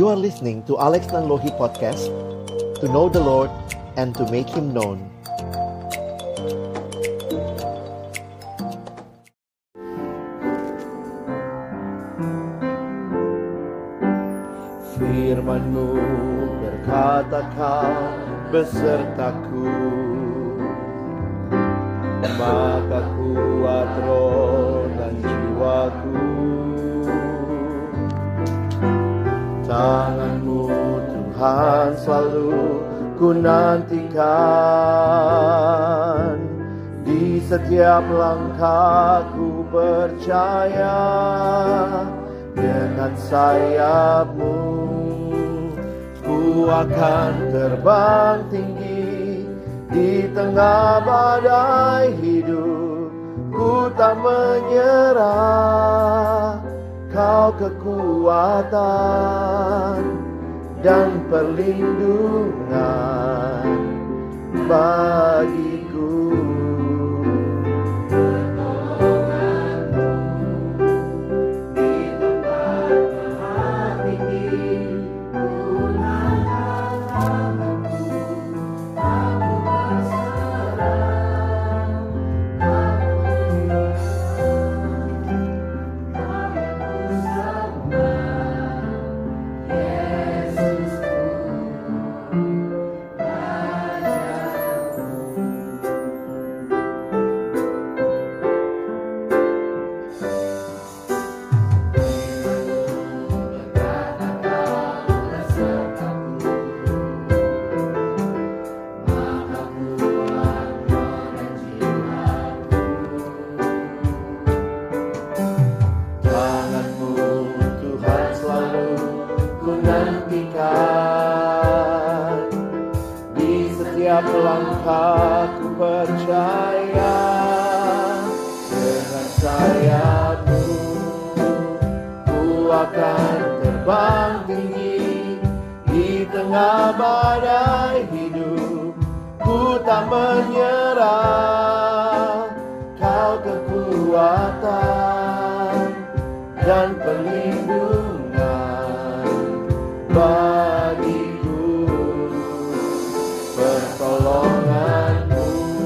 You are listening to Alex Nanlohi Podcast, to know the Lord and to make Him known. Firman-Mu berkata Kau besertaku, maka kuat roh dan jiwaku. Tangan-Mu Tuhan selalu ku nantikan, di setiap langkahku percaya, dengan sayap-Mu ku akan terbang tinggi di tengah badai hidup. Ku tak menyerah, Kau kekuatan dan perlindungan bagiku. Langkahku percaya, dengan sayap-Mu ku akan terbang tinggi di tengah badai hidup. Ku tak menyerah, Kau kekuatan dan perlindungan bagiku. Pertolongan-Mu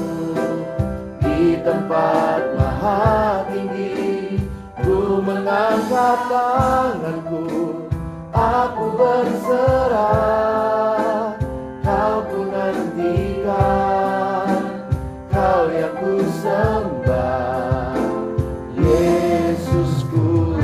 di tempat maha tinggi, ku mengangkat tanganku, aku berserah. Kau ku nantikan, Kau yang ku sembah, Yesusku.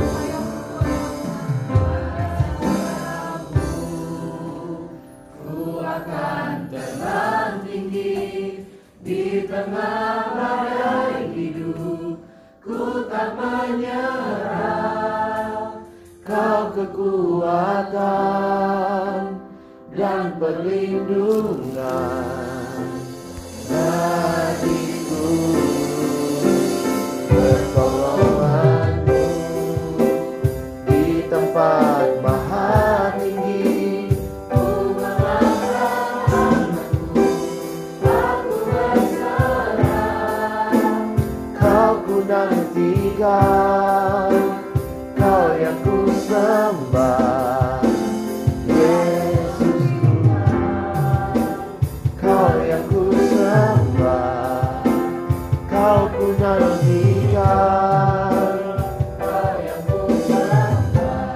Ku akan terbang tinggi di tengah badai hidup. Ku tak menyerah, Kau kekuatan dan perlindungan bagiku. Pertolongan-Mu di tempat maha tinggi, ku mengangkat tanganku, aku berserah. Kau ku nantikan, Kau yang ku sembah, Yesusku. Kau yang ku sembah, Kau ku nantikan, Kau yang ku sembah,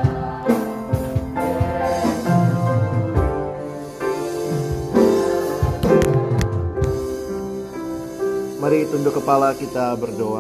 Yesusku. Mari tunduk kepala, kita berdoa.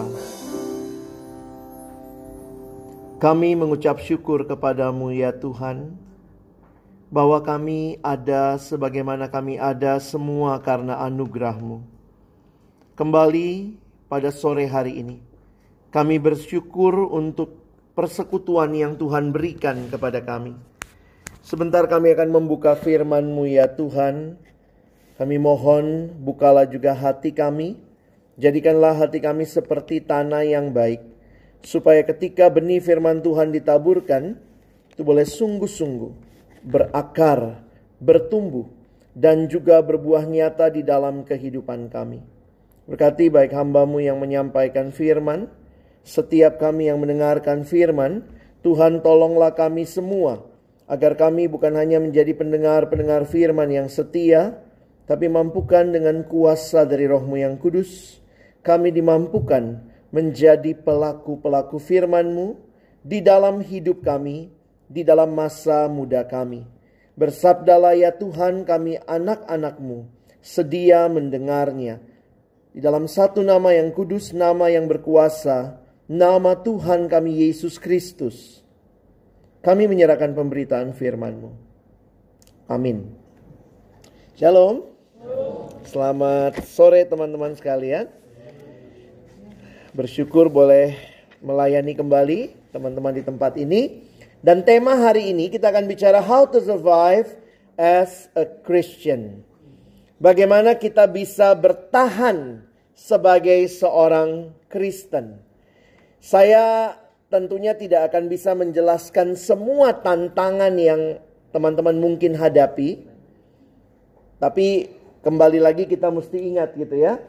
Kami mengucap syukur kepada-Mu ya Tuhan, bahwa kami ada sebagaimana kami ada semua karena anugerah-Mu. Kembali pada sore hari ini, kami bersyukur untuk persekutuan yang Tuhan berikan kepada kami. Sebentar kami akan membuka firman-Mu ya Tuhan. Kami mohon bukalah juga hati kami, jadikanlah hati kami seperti tanah yang baik, supaya ketika benih firman Tuhan ditaburkan, itu boleh sungguh-sungguh berakar, bertumbuh, dan juga berbuah nyata di dalam kehidupan kami. Berkati baik hamba-Mu yang menyampaikan firman, setiap kami yang mendengarkan firman. Tuhan, tolonglah kami semua Agar kami bukan hanya menjadi pendengar-pendengar firman yang setia, tapi mampukan dengan kuasa dari Roh-Mu yang kudus, kami dimampukan menjadi pelaku-pelaku firman-Mu di dalam hidup kami, di dalam masa muda kami. Bersabdalah ya Tuhan, kami anak-anak-Mu, sedia mendengarnya. Di dalam satu nama yang kudus, nama yang berkuasa, nama Tuhan kami Yesus Kristus, kami menyerahkan pemberitaan firman-Mu. Amin. Shalom. Selamat sore teman-teman sekalian. Bersyukur boleh melayani kembali teman-teman di tempat ini. Dan tema hari ini kita akan bicara how to survive as a Christian. Bagaimana kita bisa bertahan sebagai seorang Kristen. Saya tentunya tidak akan bisa menjelaskan semua tantangan yang teman-teman mungkin hadapi. Tapi kembali lagi kita mesti ingat gitu ya.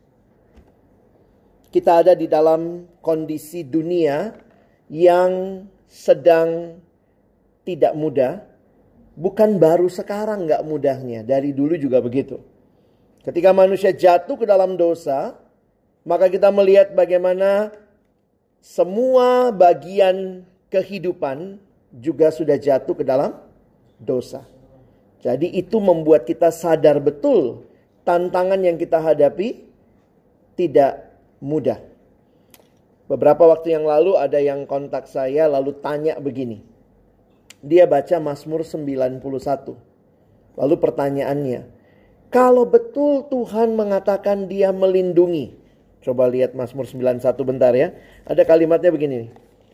Kita ada di dalam kondisi dunia yang sedang tidak mudah. Bukan baru sekarang gak mudahnya. Dari dulu juga begitu. Ketika manusia jatuh ke dalam dosa, maka kita melihat bagaimana semua bagian kehidupan juga sudah jatuh ke dalam dosa. Jadi itu membuat kita sadar betul tantangan yang kita hadapi tidak mudah. Beberapa waktu yang lalu ada yang kontak saya lalu tanya begini. Dia baca Mazmur 91. Lalu pertanyaannya, kalau betul Tuhan mengatakan dia melindungi. Coba lihat Mazmur 91 bentar ya. Ada kalimatnya begini.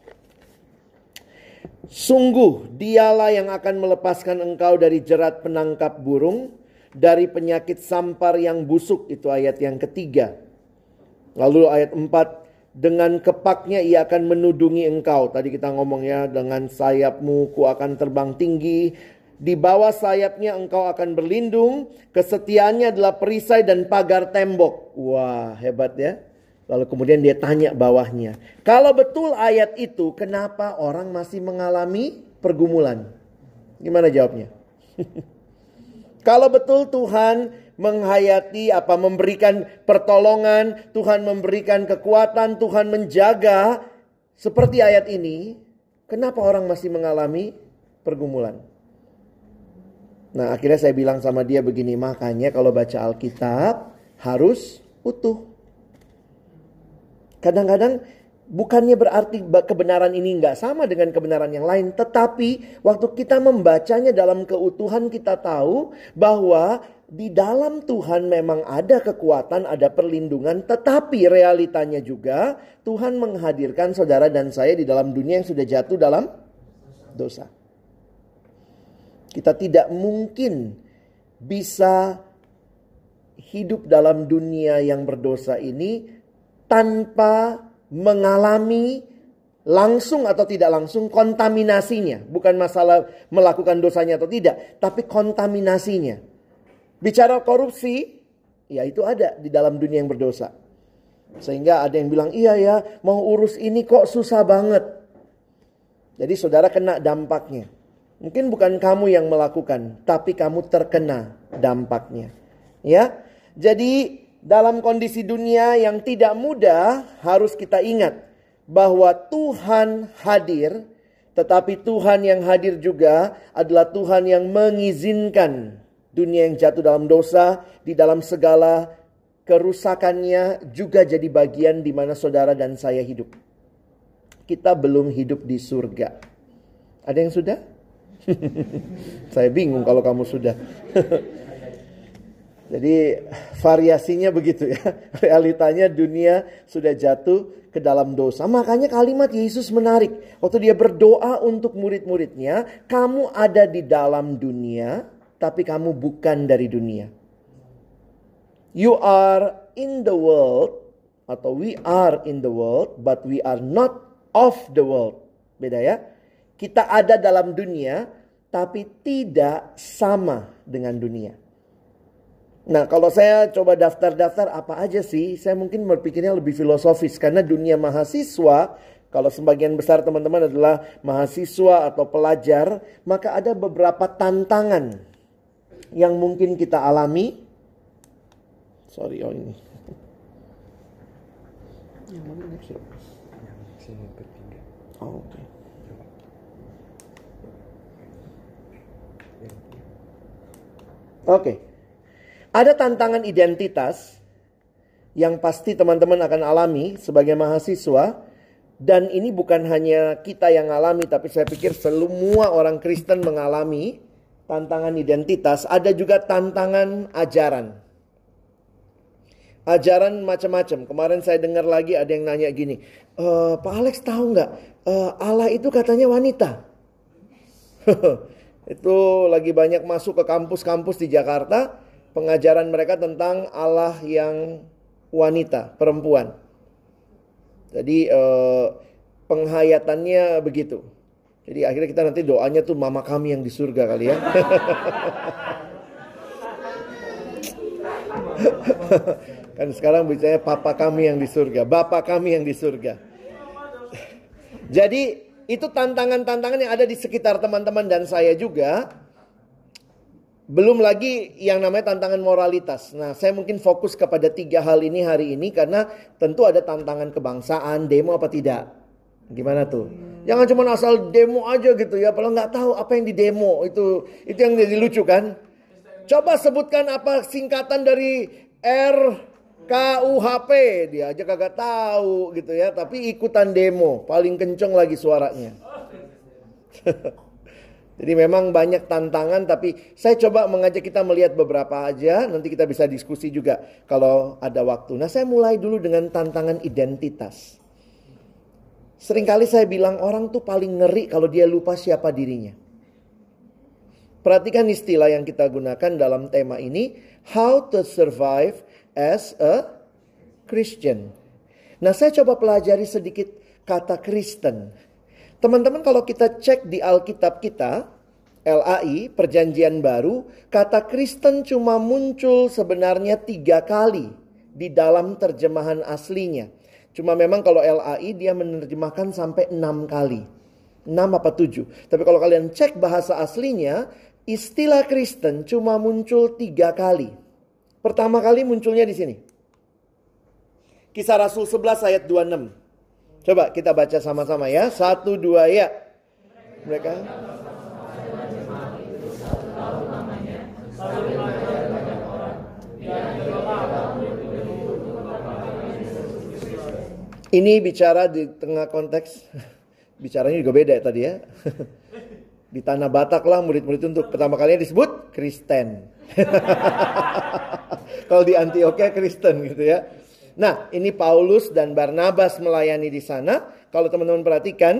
Sungguh dialah yang akan melepaskan engkau dari jerat penangkap burung, dari penyakit sampar yang busuk. Itu ayat yang ketiga. Lalu ayat 4. Dengan kepaknya ia akan menudungi engkau. Tadi kita ngomong ya, dengan sayapmu ku akan terbang tinggi. Di bawah sayapnya engkau akan berlindung. Kesetiaannya adalah perisai dan pagar tembok. Wah, hebat ya. Lalu kemudian dia tanya bawahnya. Kalau betul ayat itu, kenapa orang masih mengalami pergumulan? Gimana jawabnya? Kalau betul Tuhan menghayati memberikan pertolongan, Tuhan memberikan kekuatan, Tuhan menjaga seperti ayat ini, kenapa orang masih mengalami pergumulan? Nah, akhirnya saya bilang sama dia begini, makanya kalau baca Alkitab harus utuh. Kadang-kadang bukannya berarti kebenaran ini nggak sama dengan kebenaran yang lain. Tetapi waktu kita membacanya dalam keutuhan, kita tahu bahwa di dalam Tuhan memang ada kekuatan, ada perlindungan. Tetapi realitanya juga Tuhan menghadirkan saudara dan saya di dalam dunia yang sudah jatuh dalam dosa. Kita tidak mungkin bisa hidup dalam dunia yang berdosa ini tanpa mengalami langsung atau tidak langsung kontaminasinya. Bukan masalah melakukan dosanya atau tidak, tapi kontaminasinya. Bicara korupsi, ya itu ada di dalam dunia yang berdosa. Sehingga ada yang bilang, iya ya mau urus ini kok susah banget. Jadi saudara kena dampaknya. Mungkin bukan kamu yang melakukan, tapi kamu terkena dampaknya. Ya, jadi dalam kondisi dunia yang tidak mudah, harus kita ingat bahwa Tuhan hadir, tetapi Tuhan yang hadir juga adalah Tuhan yang mengizinkan dunia yang jatuh dalam dosa, di dalam segala kerusakannya juga jadi bagian di mana saudara dan saya hidup. Kita belum hidup di surga. Ada yang sudah? Saya bingung kalau kamu sudah. Jadi variasinya begitu ya. Realitanya dunia sudah jatuh ke dalam dosa. Makanya kalimat Yesus menarik. Waktu dia berdoa untuk murid-muridnya. Kamu ada di dalam dunia, tapi kamu bukan dari dunia. You are in the world, atau we are in the world, but we are not of the world. Beda ya. Kita ada dalam dunia, tapi tidak sama dengan dunia. Nah, kalau saya coba daftar-daftar apa aja sih, saya mungkin berpikirnya lebih filosofis. Karena dunia mahasiswa Kalau sebagian besar teman-teman adalah mahasiswa atau pelajar, maka ada beberapa tantangan yang mungkin kita alami. Sorry, ini. Yang mana next? Yang sini ketiga. Oke. Oke. Ada tantangan identitas yang pasti teman-teman akan alami sebagai mahasiswa. Dan ini bukan hanya kita yang alami, tapi saya pikir semua orang Kristen mengalami tantangan identitas. Ada juga tantangan ajaran. Ajaran macam-macam. Kemarin saya dengar lagi ada yang nanya gini, Pak Alex tahu nggak Allah itu katanya wanita? Itu lagi banyak masuk ke kampus-kampus di Jakarta. Pengajaran mereka tentang Allah yang wanita, perempuan. Jadi penghayatannya begitu. Jadi akhirnya kita nanti doanya tuh mama kami yang di surga kali ya. Kan sekarang bicaranya papa kami yang di surga, bapak kami yang di surga. Jadi itu tantangan-tantangan yang ada di sekitar teman-teman dan saya juga. Belum lagi yang namanya tantangan moralitas. Nah, saya mungkin fokus kepada 3 hal ini hari ini karena tentu ada tantangan kebangsaan, demo apa tidak. Gimana tuh? Jangan cuma asal demo aja gitu ya, padahal nggak tahu apa yang di demo. Itu yang jadi lucu kan? Coba sebutkan apa singkatan dari RKUHP, dia aja kagak tahu gitu ya, tapi ikutan demo, paling kenceng lagi suaranya. Jadi memang banyak tantangan, tapi saya coba mengajak kita melihat beberapa aja. Nanti kita bisa diskusi juga kalau ada waktu. Nah, saya mulai dulu dengan tantangan identitas. Seringkali saya bilang orang tuh paling ngeri kalau dia lupa siapa dirinya. Perhatikan istilah yang kita gunakan dalam tema ini. How to survive as a Christian. Nah, saya coba pelajari sedikit kata Kristen. Teman-teman, kalau kita cek di Alkitab kita, LAI, Perjanjian Baru, kata Kristen cuma muncul sebenarnya 3 kali di dalam terjemahan aslinya. Cuma memang kalau LAI dia menerjemahkan sampai 6 kali. 6 apa 7. Tapi kalau kalian cek bahasa aslinya, istilah Kristen cuma muncul 3 kali. Pertama kali munculnya di sini. Kisah Rasul 11 ayat 26. Coba kita baca sama-sama ya. 1, 2 ya. Mereka ini bicara di tengah konteks. Bicaranya juga beda ya tadi ya. Di tanah Batak lah murid-murid untuk pertama kalinya disebut Kristen. Kalau di Antioquia Kristen gitu ya. Nah, ini Paulus dan Barnabas melayani di sana. Kalau teman-teman perhatikan,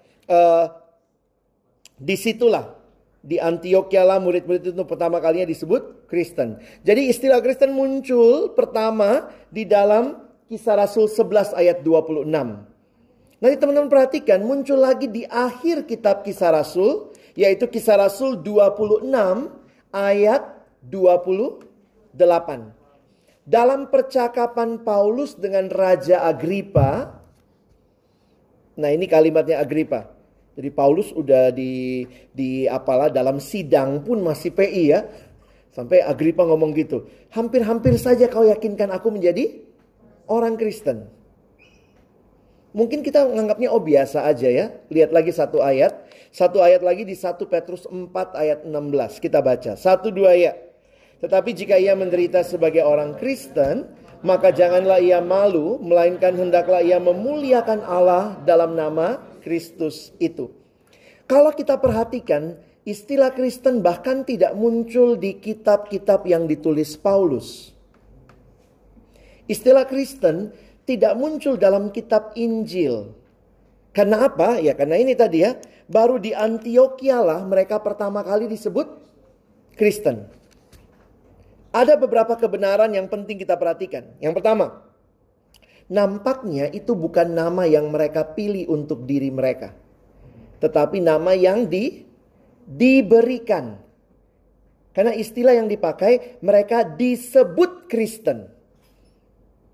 disitulah di Antioquia lah murid-murid itu pertama kalinya disebut Kristen. Jadi istilah Kristen muncul pertama di dalam Kisah Rasul 11 ayat 26. Nanti teman-teman perhatikan muncul lagi di akhir kitab Kisah Rasul, yaitu Kisah Rasul 26 ayat 28. Dalam percakapan Paulus dengan Raja Agripa. Nah, ini kalimatnya Agripa. Jadi Paulus udah di apalah dalam sidang pun masih PI ya. Sampai Agripa ngomong gitu. Hampir-hampir saja kau yakinkan aku menjadi orang Kristen. Mungkin kita menganggapnya biasa aja ya. Lihat lagi satu ayat. Satu ayat lagi di 1 Petrus 4 ayat 16. Kita baca. 1, 2 ya. Tetapi jika ia menderita sebagai orang Kristen, maka janganlah ia malu, melainkan hendaklah ia memuliakan Allah dalam nama Kristus itu. Kalau kita perhatikan, istilah Kristen bahkan tidak muncul di kitab-kitab yang ditulis Paulus. Istilah Kristen tidak muncul dalam kitab Injil. Karena apa? Ya karena ini tadi ya, baru di Antioquia lah mereka pertama kali disebut Kristen. Ada beberapa kebenaran yang penting kita perhatikan. Yang pertama, nampaknya itu bukan nama yang mereka pilih untuk diri mereka. Tetapi nama yang diberikan. Karena istilah yang dipakai, mereka disebut Kristen.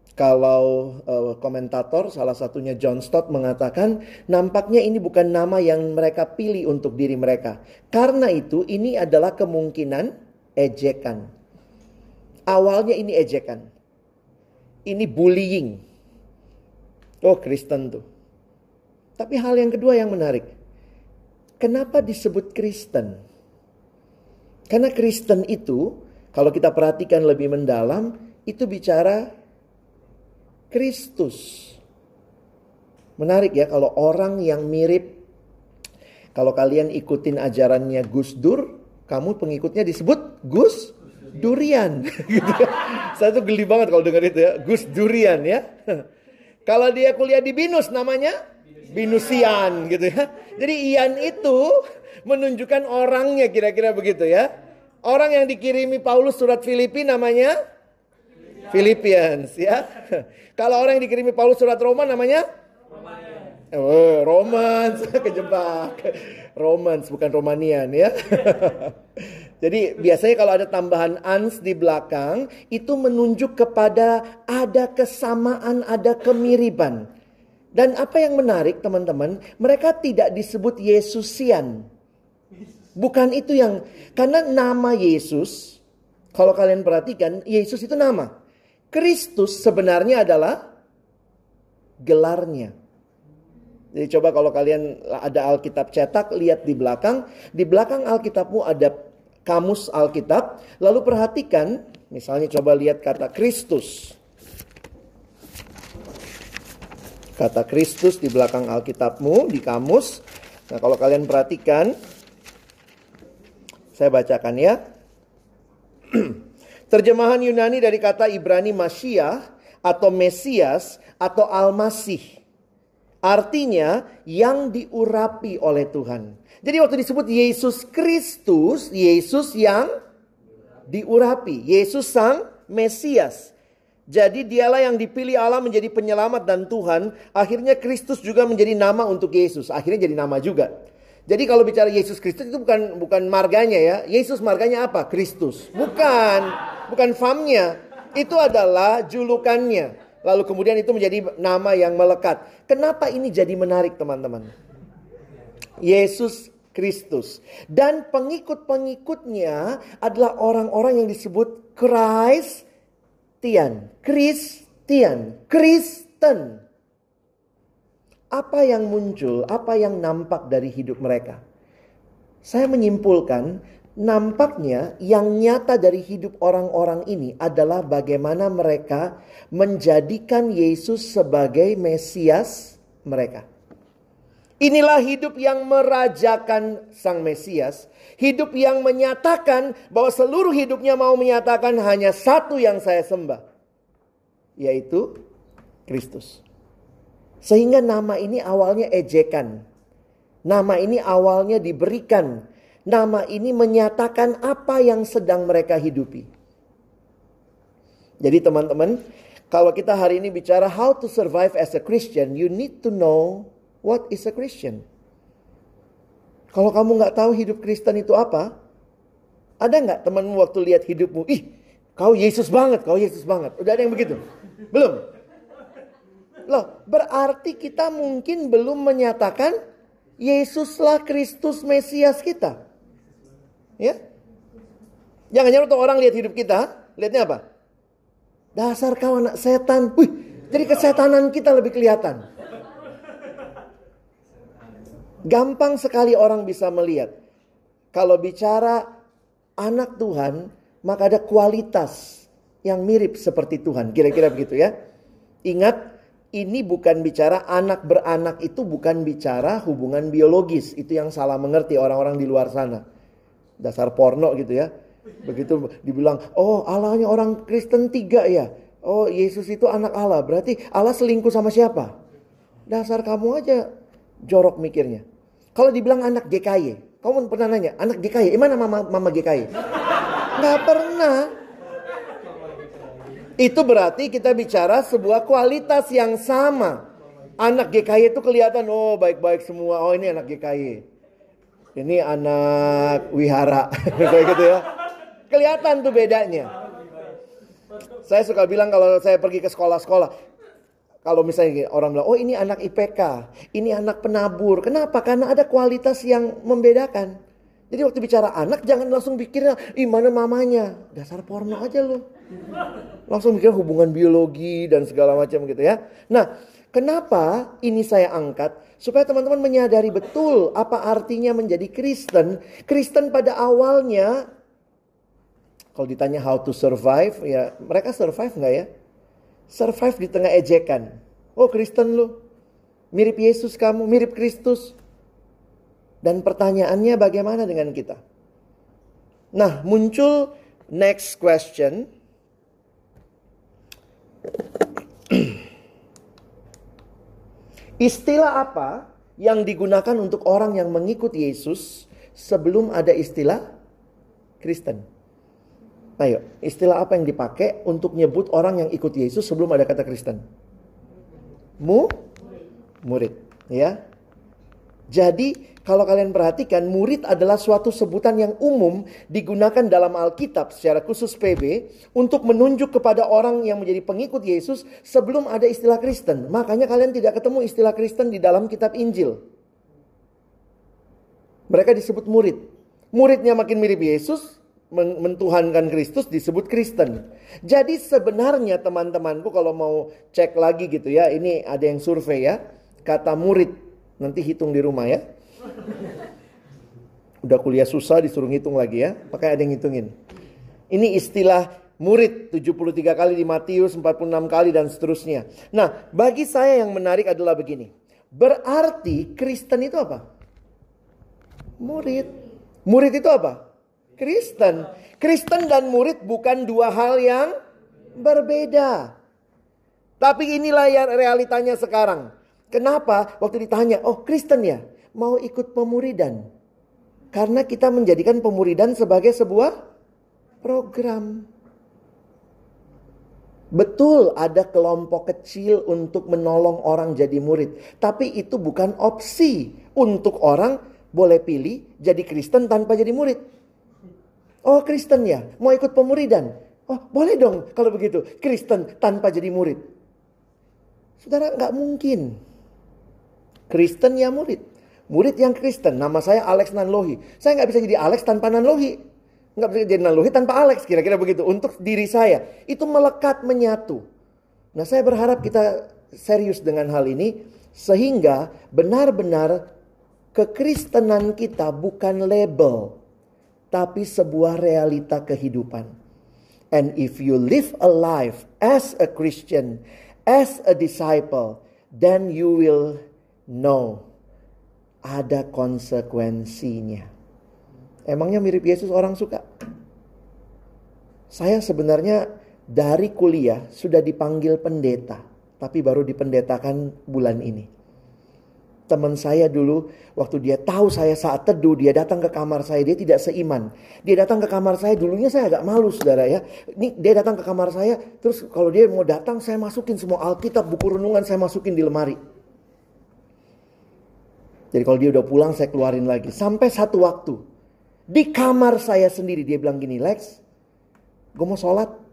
Kalau komentator, salah satunya John Stott mengatakan, nampaknya ini bukan nama yang mereka pilih untuk diri mereka. Karena itu, ini adalah kemungkinan ejekan. Awalnya ini ejekan. Ini bullying. Oh, Kristen tuh. Tapi hal yang kedua yang menarik. Kenapa disebut Kristen? Karena Kristen itu, kalau kita perhatikan lebih mendalam, itu bicara Kristus. Menarik ya, kalau orang yang mirip, kalau kalian ikutin ajarannya Gus Dur, kamu pengikutnya disebut Gus Durian. Gitu. Saya tuh geli banget kalau dengar itu ya, Gus Durian ya. Kalau dia kuliah di BINUS namanya Binusian gitu ya. Jadi Ian itu menunjukkan orangnya, kira-kira begitu ya. Orang yang dikirimi Paulus surat Filipi namanya Philippians ya. Kalau orang yang dikirimi Paulus surat Roma namanya Romans. Kejebak. Romans bukan Romanian ya. Jadi biasanya kalau ada tambahan ans di belakang, itu menunjuk kepada ada kesamaan, ada kemiripan. Dan apa yang menarik teman-teman, mereka tidak disebut Yesusian. Bukan itu yang, karena nama Yesus, kalau kalian perhatikan, Yesus itu nama. Kristus sebenarnya adalah gelarnya. Jadi coba kalau kalian ada Alkitab cetak, lihat di belakang. Di belakang Alkitabmu ada kamus Alkitab. Lalu perhatikan, misalnya coba lihat kata Kristus. Kata Kristus di belakang Alkitabmu, di kamus. Nah kalau kalian perhatikan, saya bacakan ya. Terjemahan Yunani dari kata Ibrani Mashiach atau Mesias atau Al-Masih. Artinya yang diurapi oleh Tuhan. Jadi waktu disebut Yesus Kristus, Yesus yang diurapi. Yesus sang Mesias. Jadi dialah yang dipilih Allah menjadi penyelamat dan Tuhan. Akhirnya Kristus juga menjadi nama untuk Yesus. Akhirnya jadi nama juga. Jadi kalau bicara Yesus Kristus itu bukan marganya ya. Yesus marganya apa? Kristus. Bukan famnya. Itu adalah julukannya. Lalu kemudian itu menjadi nama yang melekat. Kenapa ini jadi menarik teman-teman? Yesus Kristus. Dan pengikut-pengikutnya adalah orang-orang yang disebut Kristen. Apa yang muncul, apa yang nampak dari hidup mereka? Saya menyimpulkan, nampaknya yang nyata dari hidup orang-orang ini adalah bagaimana mereka menjadikan Yesus sebagai Mesias mereka. Inilah hidup yang merajakan sang Mesias. Hidup yang menyatakan bahwa seluruh hidupnya mau menyatakan hanya satu yang saya sembah. Yaitu Kristus. Sehingga nama ini awalnya ejekan. Nama ini awalnya diberikan. Nama ini menyatakan apa yang sedang mereka hidupi. Jadi teman-teman, kalau kita hari ini bicara how to survive as a Christian, you need to know what is a Christian. Kalau kamu gak tahu hidup Kristen itu apa, ada gak temanmu waktu lihat hidupmu, ih kau Yesus banget. Udah ada yang begitu? Belum? Loh, berarti kita mungkin belum menyatakan Yesuslah Kristus Mesias kita. Ya? Jangan-jangan waktu orang lihat hidup kita, lihatnya apa? Dasar kau anak setan. Wih, jadi kesetanan kita lebih kelihatan. Gampang sekali orang bisa melihat. Kalau bicara anak Tuhan, maka ada kualitas yang mirip seperti Tuhan. Kira-kira begitu ya. Ingat, ini bukan bicara anak beranak, itu bukan bicara hubungan biologis. Itu yang salah mengerti orang-orang di luar sana. Dasar porno gitu ya. Begitu dibilang, oh Allahnya orang Kristen 3 ya. Oh Yesus itu anak Allah. Berarti Allah selingkuh sama siapa? Dasar kamu aja jorok mikirnya. Kalau dibilang anak GKY, kamu pernah nanya, anak GKY, mana mama GKY? Nggak pernah. Itu berarti kita bicara sebuah kualitas yang sama. Anak GKY itu kelihatan, oh baik-baik semua. Oh ini anak GKY. Ini anak wihara. Kayak gitu ya. Kelihatan tuh bedanya. Saya suka bilang kalau saya pergi ke sekolah-sekolah, kalau misalnya orang bilang, oh ini anak IPK, ini anak penabur. Kenapa? Karena ada kualitas yang membedakan. Jadi waktu bicara anak jangan langsung pikirnya, mana mamanya. Dasar porno aja lu. Langsung mikir hubungan biologi dan segala macam gitu ya. Nah, kenapa ini saya angkat? Supaya teman-teman menyadari betul apa artinya menjadi Kristen. Kristen pada awalnya, kalau ditanya how to survive, ya mereka survive nggak ya? Survive di tengah ejekan. Oh Kristen lu, mirip Yesus kamu, mirip Kristus. Dan pertanyaannya bagaimana dengan kita? Nah, muncul next question. Istilah apa yang digunakan untuk orang yang mengikut Yesus sebelum ada istilah Kristen? Ayo, istilah apa yang dipakai untuk nyebut orang yang ikut Yesus sebelum ada kata Kristen? Murid, ya. Jadi, kalau kalian perhatikan, murid adalah suatu sebutan yang umum digunakan dalam Alkitab secara khusus PB untuk menunjuk kepada orang yang menjadi pengikut Yesus sebelum ada istilah Kristen. Makanya kalian tidak ketemu istilah Kristen di dalam kitab Injil. Mereka disebut murid. Muridnya makin mirip Yesus, mentuhankan Kristus, disebut Kristen. Jadi sebenarnya teman-temanku kalau mau cek lagi gitu ya, ini ada yang survei ya, kata murid, nanti hitung di rumah ya. Udah kuliah susah disuruh ngitung lagi ya, pakai ada yang ngitungin. Ini istilah murid 73 kali di Matius, 46 kali dan seterusnya. Nah, bagi saya yang menarik adalah begini. Berarti Kristen itu apa? Murid. Murid itu apa? Kristen. Kristen dan murid bukan dua hal yang berbeda. Tapi inilah yang realitanya sekarang. Kenapa? Waktu ditanya, oh Kristen ya, mau ikut pemuridan. Karena kita menjadikan pemuridan sebagai sebuah program. Betul ada kelompok kecil untuk menolong orang jadi murid. Tapi itu bukan opsi untuk orang boleh pilih jadi Kristen tanpa jadi murid. Oh Kristen ya, mau ikut pemuridan. Oh boleh dong kalau begitu. Kristen tanpa jadi murid. Saudara, gak mungkin. Kristen ya murid. Murid yang Kristen. Nama saya Alex Nanlohi. Saya gak bisa jadi Alex tanpa Nanlohi. Gak bisa jadi Nanlohi tanpa Alex. Kira-kira begitu. Untuk diri saya. Itu melekat menyatu. Nah saya berharap kita serius dengan hal ini. Sehingga benar-benar kekristenan kita bukan label. Tapi sebuah realita kehidupan. And if you live a life as a Christian, as a disciple, then you will know ada konsekuensinya. Emangnya mirip Yesus orang suka? Saya sebenarnya dari kuliah sudah dipanggil pendeta, tapi baru dipendetakan bulan ini. Teman saya dulu, waktu dia tahu saya saat teduh, dia datang ke kamar saya, dia tidak seiman. Dia datang ke kamar saya, dulunya saya agak malu saudara ya. Ini dia datang ke kamar saya, terus kalau dia mau datang, saya masukin semua Alkitab, buku renungan saya masukin di lemari. Jadi kalau dia udah pulang, saya keluarin lagi. Sampai satu waktu, di kamar saya sendiri, dia bilang gini, Lex, gue mau sholat.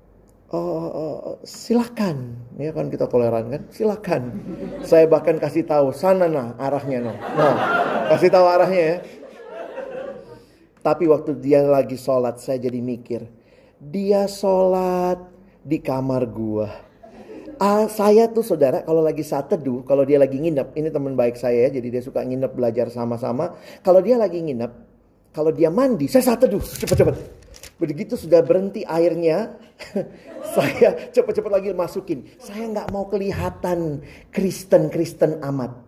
Silakan, ya kan kita toleran kan, silakan. Saya bahkan kasih tahu sana nah arahnya nah, kasih tahu arahnya ya. Tapi waktu dia lagi sholat, saya jadi mikir, dia sholat di kamar gua. Saya tuh saudara kalau lagi saat teduh, kalau dia lagi nginep, ini teman baik saya ya, jadi dia suka nginep belajar sama-sama. Kalau dia lagi nginep, kalau dia mandi, saya saat teduh, cepet-cepet. Begitu sudah berhenti airnya, saya cepat-cepat lagi masukin. Saya nggak mau kelihatan Kristen amat.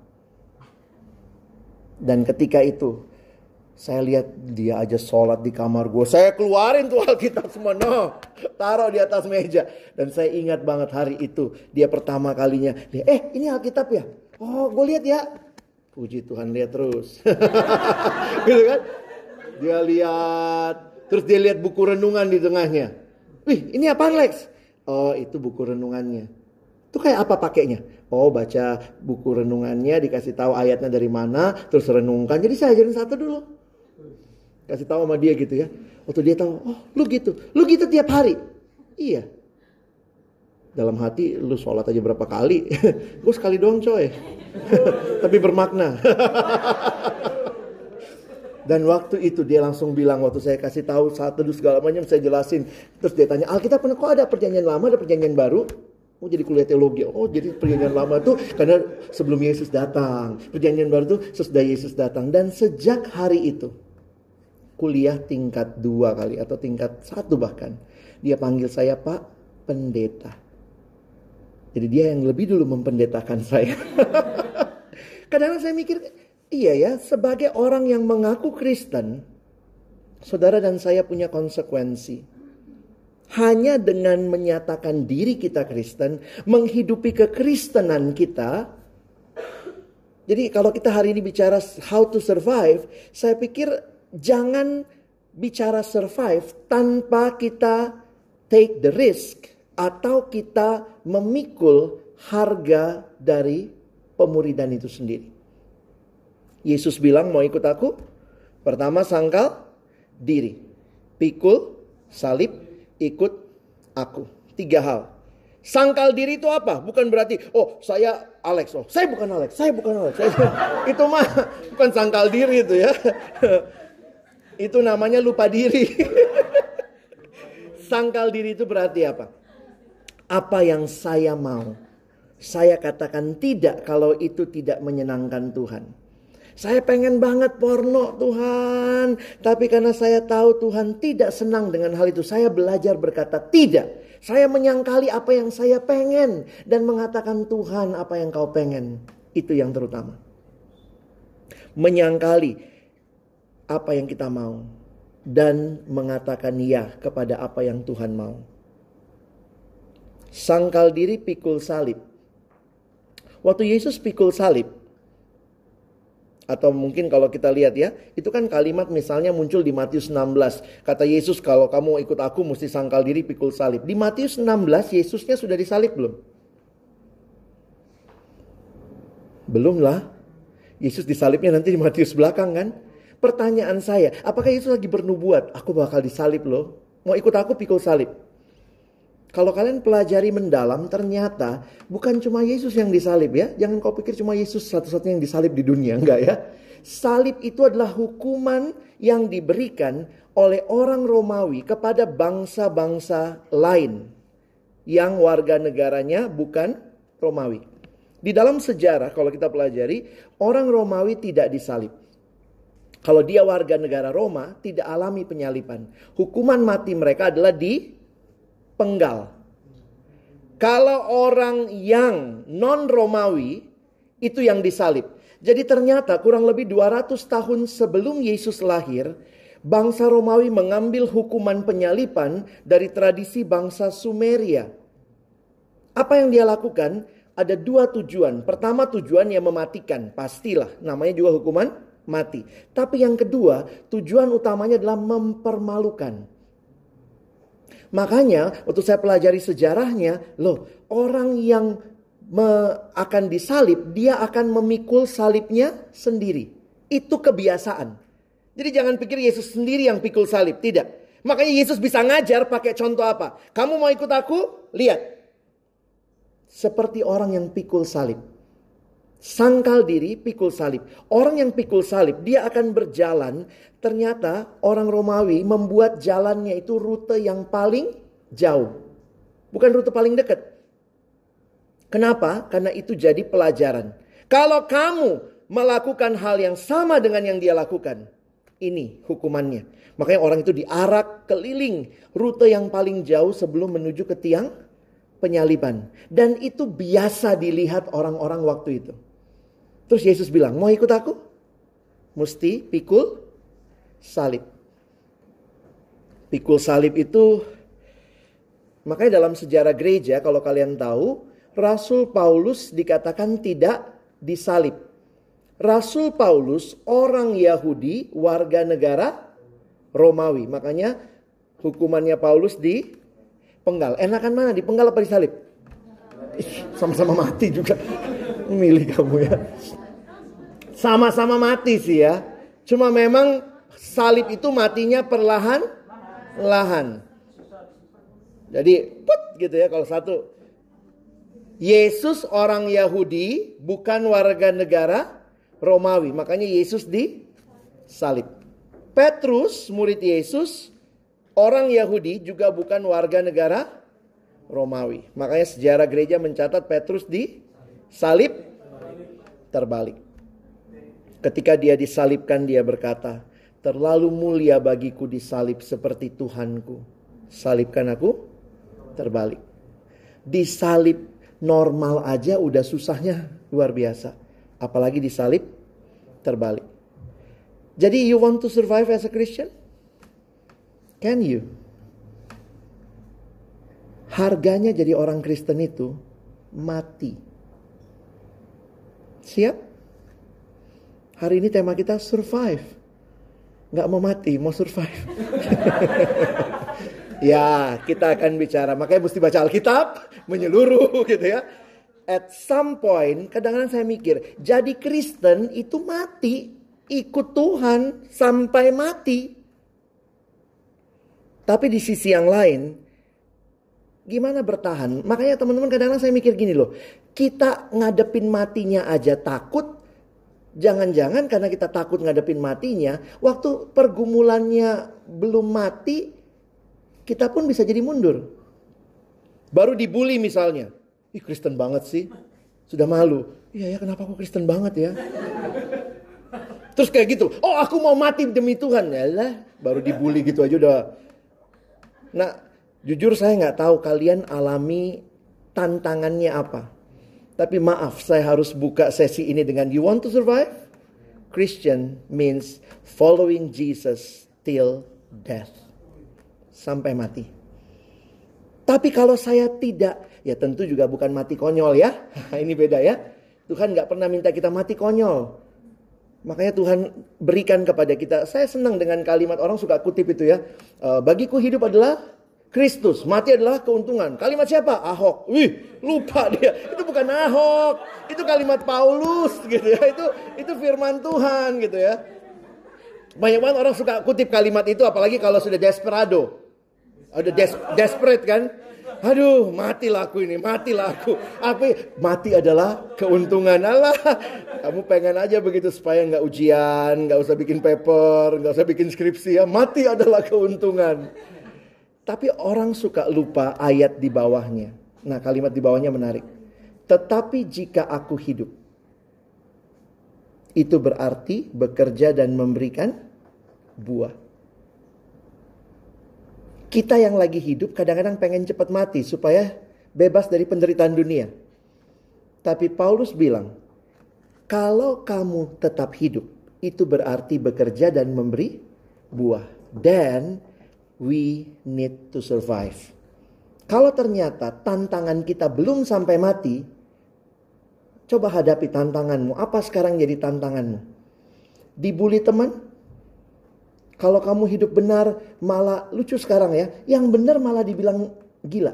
Dan ketika itu, saya lihat dia aja sholat di kamar gue. Saya keluarin tuh Alkitab semua, taruh di atas meja. Dan saya ingat banget hari itu, dia pertama kalinya, ini Alkitab ya? Oh, gue lihat ya. Puji Tuhan, lihat terus. Gitu kan? Dia lihat. Terus dia lihat buku renungan di tengahnya. Wih, ini apaan Lex? Oh, itu buku renungannya. Itu kayak apa pakainya? Oh, baca buku renungannya, dikasih tahu ayatnya dari mana, terus renungkan. Jadi saya ajarin satu dulu. Kasih tahu sama dia gitu ya. Waktu dia tahu, oh lu gitu tiap hari. Iya, Dalam hati, lu sholat aja berapa kali? Gue sekali doang coy. Tapi bermakna. Dan waktu itu dia langsung bilang, waktu saya kasih tahu saat teduh segala macam saya jelasin. Terus dia tanya, Alkitab kok ada perjanjian lama, ada perjanjian baru? Oh jadi kuliah teologi. Oh jadi perjanjian lama tuh karena sebelum Yesus datang. Perjanjian baru tuh sesudah Yesus datang. Dan sejak hari itu, kuliah tingkat 2 kali atau tingkat 1 bahkan, dia panggil saya Pak Pendeta. Jadi dia yang lebih dulu mempendetakan saya. Kadang-kadang saya mikir, iya ya, sebagai orang yang mengaku Kristen, saudara dan saya punya konsekuensi. Hanya dengan menyatakan diri kita Kristen, menghidupi kekristenan kita. Jadi kalau kita hari ini bicara how to survive, saya pikir jangan bicara survive tanpa kita take the risk atau kita memikul harga dari pemuridan itu sendiri. Yesus bilang, mau ikut aku? Pertama, sangkal diri. Pikul, salib, ikut aku. 3 hal. Sangkal diri itu apa? Bukan berarti, oh saya Alex. Oh saya bukan Alex. Itu mah bukan sangkal diri itu ya. Itu namanya lupa diri. Sangkal diri itu berarti apa? Apa yang saya mau, saya katakan tidak kalau itu tidak menyenangkan Tuhan. Saya pengen banget porno Tuhan, tapi karena saya tahu Tuhan tidak senang dengan hal itu, saya belajar berkata tidak. Saya menyangkali apa yang saya pengen dan mengatakan Tuhan apa yang kau pengen. Itu yang terutama. Menyangkali apa yang kita mau dan mengatakan ya kepada apa yang Tuhan mau. Sangkal diri, pikul salib. Waktu Yesus pikul salib, atau mungkin kalau kita lihat ya, itu kan kalimat misalnya muncul di Matius 16. Kata Yesus, kalau kamu ikut aku mesti sangkal diri, pikul salib. Di Matius 16 Yesusnya sudah disalib belum? Belum lah. Yesus disalibnya nanti di Matius belakang kan. Pertanyaan saya, apakah Yesus lagi bernubuat? Aku bakal disalib loh. Mau ikut aku pikul salib. Kalau kalian pelajari mendalam, ternyata bukan cuma Yesus yang disalib ya. Jangan kau pikir cuma Yesus satu-satunya yang disalib di dunia. Enggak ya. Salib itu adalah hukuman yang diberikan oleh orang Romawi kepada bangsa-bangsa lain. Yang warga negaranya bukan Romawi. Di dalam sejarah kalau kita pelajari, orang Romawi tidak disalib. Kalau dia warga negara Roma, tidak alami penyaliban. Hukuman mati mereka adalah penggal. Kalau orang yang non-Romawi itu yang disalib. Jadi ternyata kurang lebih 200 tahun sebelum Yesus lahir, bangsa Romawi mengambil hukuman penyaliban dari tradisi bangsa Sumeria. Apa yang dia lakukan? Ada 2 tujuan. Pertama, tujuan yang mematikan, pastilah, namanya juga hukuman mati. Tapi yang kedua, tujuan utamanya adalah mempermalukan. Makanya waktu saya pelajari sejarahnya, orang yang akan disalib, dia akan memikul salibnya sendiri. Itu kebiasaan. Jadi jangan pikir Yesus sendiri yang pikul salib, tidak. Makanya Yesus bisa ngajar pakai contoh apa? Kamu mau ikut aku? Lihat. Seperti orang yang pikul salib. Sangkal diri, pikul salib. Orang yang pikul salib, dia akan berjalan. Ternyata orang Romawi membuat jalannya itu rute yang paling jauh. Bukan rute paling dekat. Kenapa? Karena itu jadi pelajaran. Kalau kamu melakukan hal yang sama dengan yang dia lakukan, ini hukumannya. Makanya orang itu diarak keliling rute yang paling jauh sebelum menuju ke tiang penyaliban. Dan itu biasa dilihat orang-orang waktu itu. Terus Yesus bilang, mau ikut aku? Mesti pikul salib. Pikul salib itu, makanya dalam sejarah gereja kalau kalian tahu, Rasul Paulus dikatakan tidak disalib. Rasul Paulus orang Yahudi warga negara Romawi. Makanya hukumannya Paulus dipenggal. Enakan mana, dipenggal apa disalib? Sama-sama mati juga. Milih kamu ya. Sama-sama mati sih ya. Cuma memang salib itu matinya perlahan-lahan. Jadi put gitu ya kalau satu. Yesus orang Yahudi, bukan warga negara Romawi. Makanya Yesus disalib. Petrus, murid Yesus, orang Yahudi juga bukan warga negara Romawi. Makanya sejarah gereja mencatat Petrus disalib terbalik. Ketika dia disalibkan, dia berkata, terlalu mulia bagiku disalib seperti Tuhanku. Salibkan aku terbalik. Disalib normal aja udah susahnya luar biasa. Apalagi disalib terbalik. Jadi you want to survive as a Christian? Can you? Harganya jadi orang Kristen itu mati. Siap? Hari ini tema kita survive. Gak mau mati, mau survive. Ya, kita akan bicara. Makanya mesti baca Alkitab, menyeluruh gitu ya. At some point, kadang-kadang saya mikir, jadi Kristen itu mati. Ikut Tuhan sampai mati. Tapi di sisi yang lain, gimana bertahan? Makanya teman-teman kadang-kadang saya mikir gini loh. Kita ngadepin matinya aja takut. Jangan-jangan karena kita takut ngadepin matinya. Waktu pergumulannya belum mati. Kita pun bisa jadi mundur. Baru dibully misalnya. Ih Kristen banget sih. Sudah malu. Iya ya kenapa aku Kristen banget ya. Terus kayak gitu. Oh aku mau mati demi Tuhan. Yalah baru dibully gitu aja udah. Nah jujur saya gak tahu kalian alami tantangannya apa. Tapi maaf saya harus buka sesi ini dengan you want to survive? Christian means following Jesus till death. Sampai mati. Tapi kalau saya tidak. Ya tentu juga bukan mati konyol ya. Ini beda ya. Tuhan gak pernah minta kita mati konyol. Makanya Tuhan berikan kepada kita. Saya senang dengan kalimat orang suka kutip itu ya. Bagiku hidup adalah Kristus, mati adalah keuntungan. Kalimat siapa? Ahok. Wih, lupa dia. Itu bukan Ahok. Itu kalimat Paulus gitu ya. Itu firman Tuhan gitu ya. Banyak banget orang suka kutip kalimat itu apalagi kalau sudah desperado. Ada desperate kan? Aduh, matilah aku ini, matilah aku. Mati adalah keuntungan. Allah, kamu pengen aja begitu supaya nggak ujian, nggak usah bikin paper, nggak usah bikin skripsi ya. Mati adalah keuntungan. Tapi orang suka lupa ayat di bawahnya. Nah, kalimat di bawahnya menarik. Tetapi jika aku hidup, itu berarti bekerja dan memberikan buah. Kita yang lagi hidup kadang-kadang pengen cepat mati supaya bebas dari penderitaan dunia. Tapi Paulus bilang, kalau kamu tetap hidup, itu berarti bekerja dan memberi buah. Then we need to survive. Kalau ternyata tantangan kita belum sampai mati, coba hadapi tantanganmu. Apa sekarang jadi tantanganmu? Dibully teman? Kalau kamu hidup benar, malah lucu sekarang ya. Yang benar malah dibilang gila.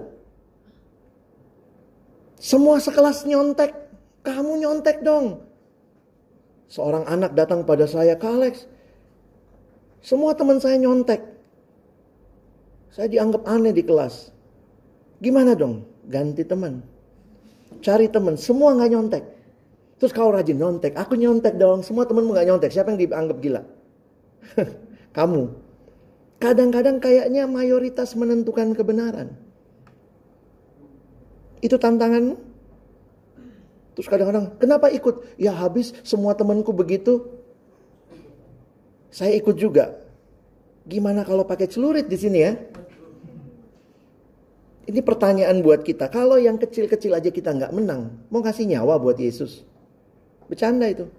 Semua sekelas nyontek. Kamu nyontek dong. Seorang anak datang pada saya, Kak Alex, semua teman saya nyontek. Saya dianggap aneh di kelas. Gimana dong? Ganti teman. Cari teman, semua gak nyontek. Terus kau rajin nyontek. Aku nyontek dong, semua temanmu gak nyontek. Siapa yang dianggap gila? Kamu. Kadang-kadang kayaknya mayoritas menentukan kebenaran. Itu tantanganmu. Terus kadang-kadang, kenapa ikut? Ya habis semua temanku begitu. Saya ikut juga. Gimana kalau pakai celurit di sini ya? Ini pertanyaan buat kita. Kalau yang kecil-kecil aja kita nggak menang, mau kasih nyawa buat Yesus? Bercanda itu.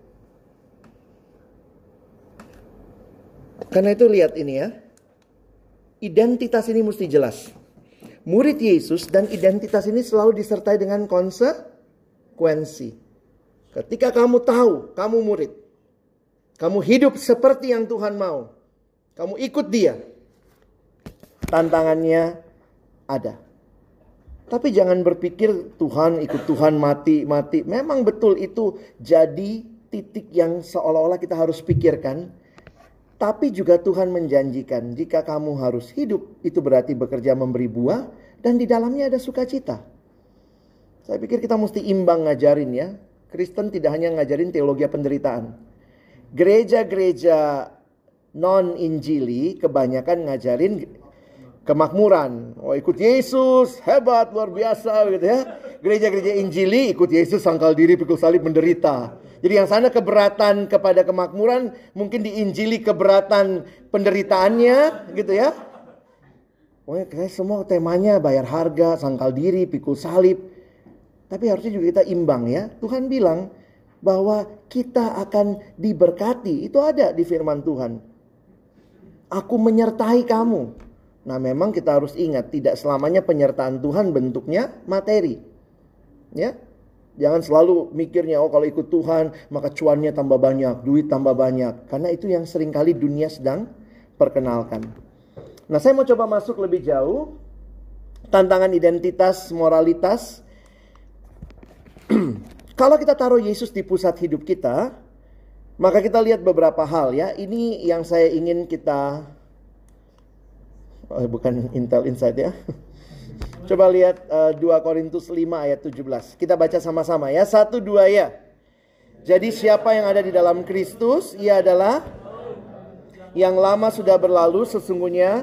Karena itu lihat ini ya. Identitas ini mesti jelas. Murid Yesus dan identitas ini selalu disertai dengan konsekuensi. Ketika kamu tahu kamu murid, kamu hidup seperti yang Tuhan mau, kamu ikut Dia, tantangannya ada. Tapi jangan berpikir Tuhan ikut Tuhan mati. Memang betul itu jadi titik yang seolah-olah kita harus pikirkan. Tapi juga Tuhan menjanjikan jika kamu harus hidup, itu berarti bekerja memberi buah dan di dalamnya ada sukacita. Saya pikir kita mesti imbang ngajarin ya. Kristen tidak hanya ngajarin teologi penderitaan. Gereja-gereja non-injili kebanyakan ngajarin kemakmuran. Oh, ikut Yesus, hebat, luar biasa gitu ya. Gereja-gereja injili ikut Yesus, sangkal diri, pikul salib, menderita. Jadi yang sana keberatan kepada kemakmuran, mungkin di injili keberatan penderitaannya gitu ya. Oh, kayak semua temanya bayar harga, sangkal diri, pikul salib. Tapi harusnya juga kita imbang ya. Tuhan bilang bahwa kita akan diberkati. Itu ada di firman Tuhan. Aku menyertai kamu. Nah, memang kita harus ingat, tidak selamanya penyertaan Tuhan bentuknya materi. Ya. Jangan selalu mikirnya, oh kalau ikut Tuhan maka cuannya tambah banyak, duit tambah banyak. Karena itu yang seringkali dunia sedang perkenalkan. Nah, saya mau coba masuk lebih jauh. Tantangan identitas, moralitas. Kalau kita taruh Yesus di pusat hidup kita, maka kita lihat beberapa hal ya. Ini yang saya ingin kita... bukan Intel Insight ya. Coba lihat 2 Korintus 5 ayat 17. Kita baca sama-sama ya. 1, 2 ya. Jadi siapa yang ada di dalam Kristus, ia adalah yang lama sudah berlalu. Sesungguhnya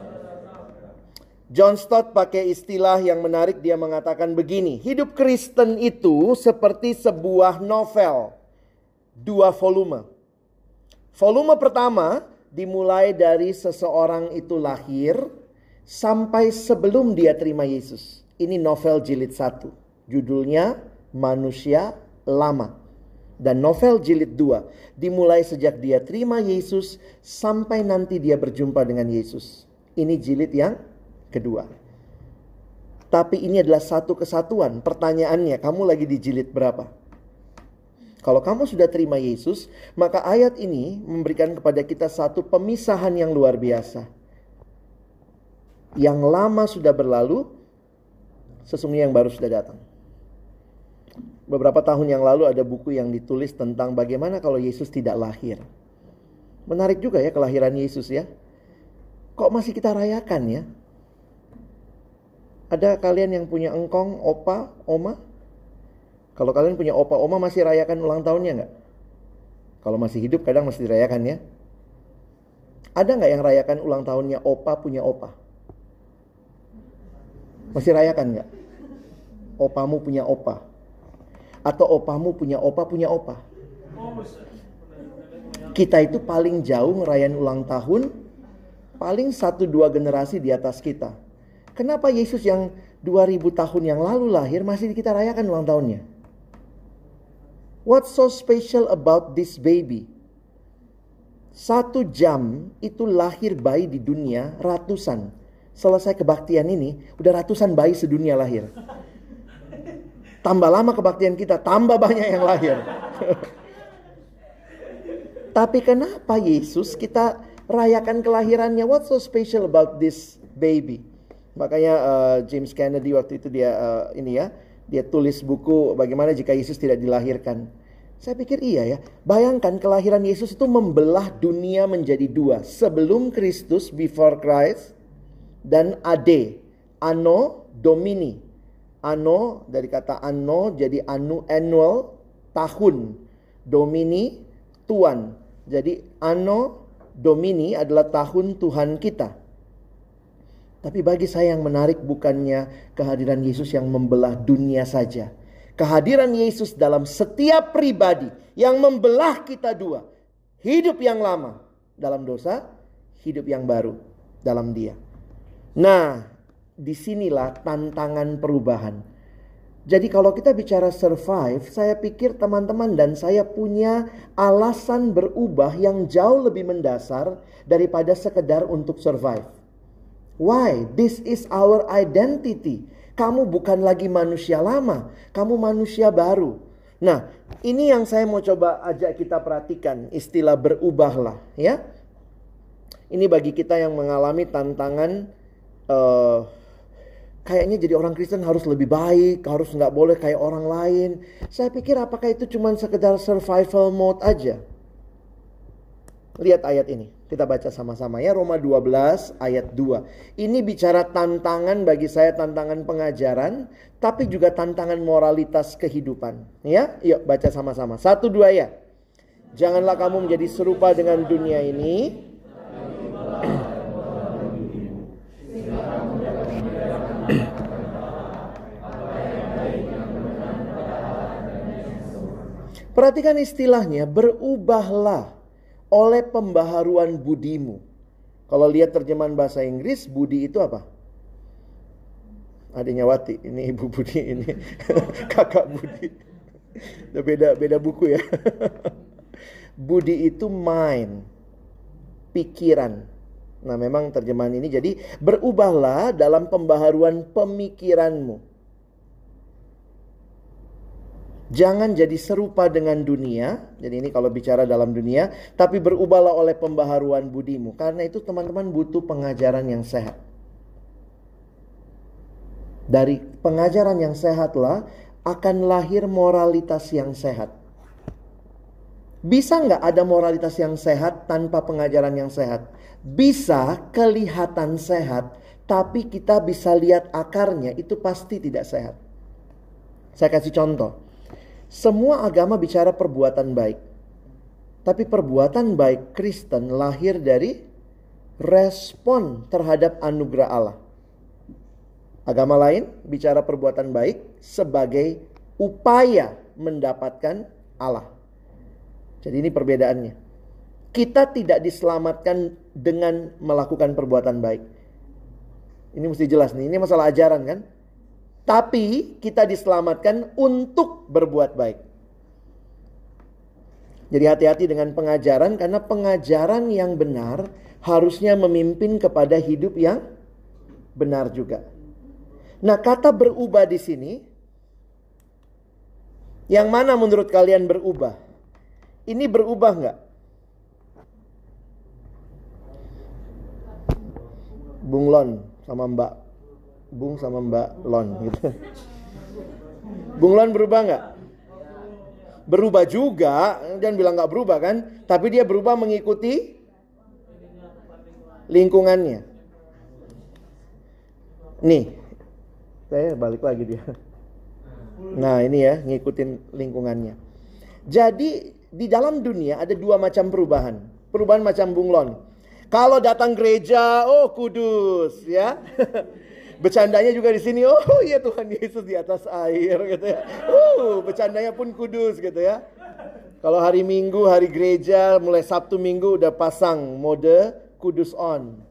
John Stott pakai istilah yang menarik. Dia mengatakan begini. Hidup Kristen itu seperti sebuah novel. 2 volume. Volume pertama dimulai dari seseorang itu lahir sampai sebelum dia terima Yesus. Ini novel jilid 1. Judulnya Manusia Lama. Dan novel jilid 2 dimulai sejak dia terima Yesus sampai nanti dia berjumpa dengan Yesus. Ini jilid yang kedua. Tapi ini adalah satu kesatuan. Pertanyaannya, kamu lagi di jilid berapa? Kalau kamu sudah terima Yesus, maka ayat ini memberikan kepada kita satu pemisahan yang luar biasa. Yang lama sudah berlalu, sesungguhnya yang baru sudah datang. Beberapa tahun yang lalu ada buku yang ditulis tentang bagaimana kalau Yesus tidak lahir. Menarik juga ya kelahiran Yesus ya. Kok masih kita rayakan ya? Ada kalian yang punya engkong, opa, oma? Kalau kalian punya opa, oma masih rayakan ulang tahunnya nggak? Kalau masih hidup kadang masih dirayakan ya. Ada nggak yang rayakan ulang tahunnya opa punya opa? Masih rayakan nggak? Opamu punya opa. Atau opamu punya opa punya opa. Kita itu paling jauh ngerayain ulang tahun, paling 1-2 generasi di atas kita. Kenapa Yesus yang 2000 tahun yang lalu lahir masih kita rayakan ulang tahunnya? What's so special about this baby? 1 jam itu lahir bayi di dunia ratusan. Selesai kebaktian ini, udah ratusan bayi sedunia lahir. Tambah lama kebaktian kita, tambah banyak yang lahir. Tapi kenapa Yesus kita rayakan kelahirannya? What's so special about this baby? Makanya James Kennedy waktu itu dia tulis buku bagaimana jika Yesus tidak dilahirkan. Saya pikir iya ya. Bayangkan kelahiran Yesus itu membelah dunia menjadi 2. Sebelum Kristus, before Christ, dan ade, anno domini. Anno dari kata anno jadi annual, tahun. Domini, Tuhan. Jadi anno domini adalah tahun Tuhan kita. Tapi bagi saya yang menarik bukannya kehadiran Yesus yang membelah dunia saja. Kehadiran Yesus dalam setiap pribadi yang membelah kita 2. Hidup yang lama dalam dosa, hidup yang baru dalam Dia. Nah, disinilah tantangan perubahan. Jadi kalau kita bicara survive, saya pikir teman-teman dan saya punya alasan berubah yang jauh lebih mendasar daripada sekedar untuk survive. Why? This is our identity. Kamu bukan lagi manusia lama, kamu manusia baru. Nah, ini yang saya mau coba ajak kita perhatikan, istilah berubahlah, ya. Ini bagi kita yang mengalami tantangan, kayaknya jadi orang Kristen harus lebih baik, harus nggak boleh kayak orang lain. Saya pikir apakah itu cuma sekedar survival mode aja? Lihat ayat ini. Kita baca sama-sama ya, Roma 12 ayat 2. Ini bicara tantangan bagi saya, tantangan pengajaran, tapi juga tantangan moralitas kehidupan. Ya, yuk baca sama-sama. 1, 2 ya. Janganlah kamu menjadi serupa dengan dunia ini. Perhatikan istilahnya, berubahlah oleh pembaharuan budimu. Kalau lihat terjemahan bahasa Inggris, budi itu apa? Adiknya Wati, ini Ibu Budi, ini Kakak Budi. Beda buku ya. Budi itu mind, pikiran. Nah, memang terjemahan ini jadi berubahlah dalam pembaharuan pemikiranmu. Jangan jadi serupa dengan dunia. Jadi ini kalau bicara dalam dunia. Tapi berubahlah oleh pembaharuan budimu. Karena itu teman-teman butuh pengajaran yang sehat. Dari pengajaran yang sehatlah akan lahir moralitas yang sehat. Bisa nggak ada moralitas yang sehat tanpa pengajaran yang sehat? Bisa, kelihatan sehat. Tapi kita bisa lihat akarnya, itu pasti tidak sehat. Saya kasih contoh. Semua agama bicara perbuatan baik. Tapi perbuatan baik Kristen lahir dari respon terhadap anugerah Allah. Agama lain bicara perbuatan baik sebagai upaya mendapatkan Allah. Jadi ini perbedaannya. Kita tidak diselamatkan dengan melakukan perbuatan baik. Ini mesti jelas nih, ini masalah ajaran kan? Tapi kita diselamatkan untuk berbuat baik. Jadi hati-hati dengan pengajaran, karena pengajaran yang benar harusnya memimpin kepada hidup yang benar juga. Nah, kata berubah di sini, yang mana menurut kalian berubah? Ini berubah nggak? Bung Lon sama Mbak Bung sama Mbak Lon gitu. Bung Lon berubah nggak? Berubah juga, jangan bilang nggak berubah kan? Tapi dia berubah mengikuti lingkungannya. Nih, saya balik lagi dia. Nah ini ya, ngikutin lingkungannya. Jadi di dalam dunia ada dua macam perubahan. Perubahan macam Bung Lon. Kalau datang gereja, oh kudus ya. Bercandanya juga di sini, oh iya Tuhan Yesus di atas air gitu ya. Bercandanya pun kudus gitu ya. Kalau hari Minggu, hari gereja, mulai Sabtu Minggu udah pasang mode kudus on.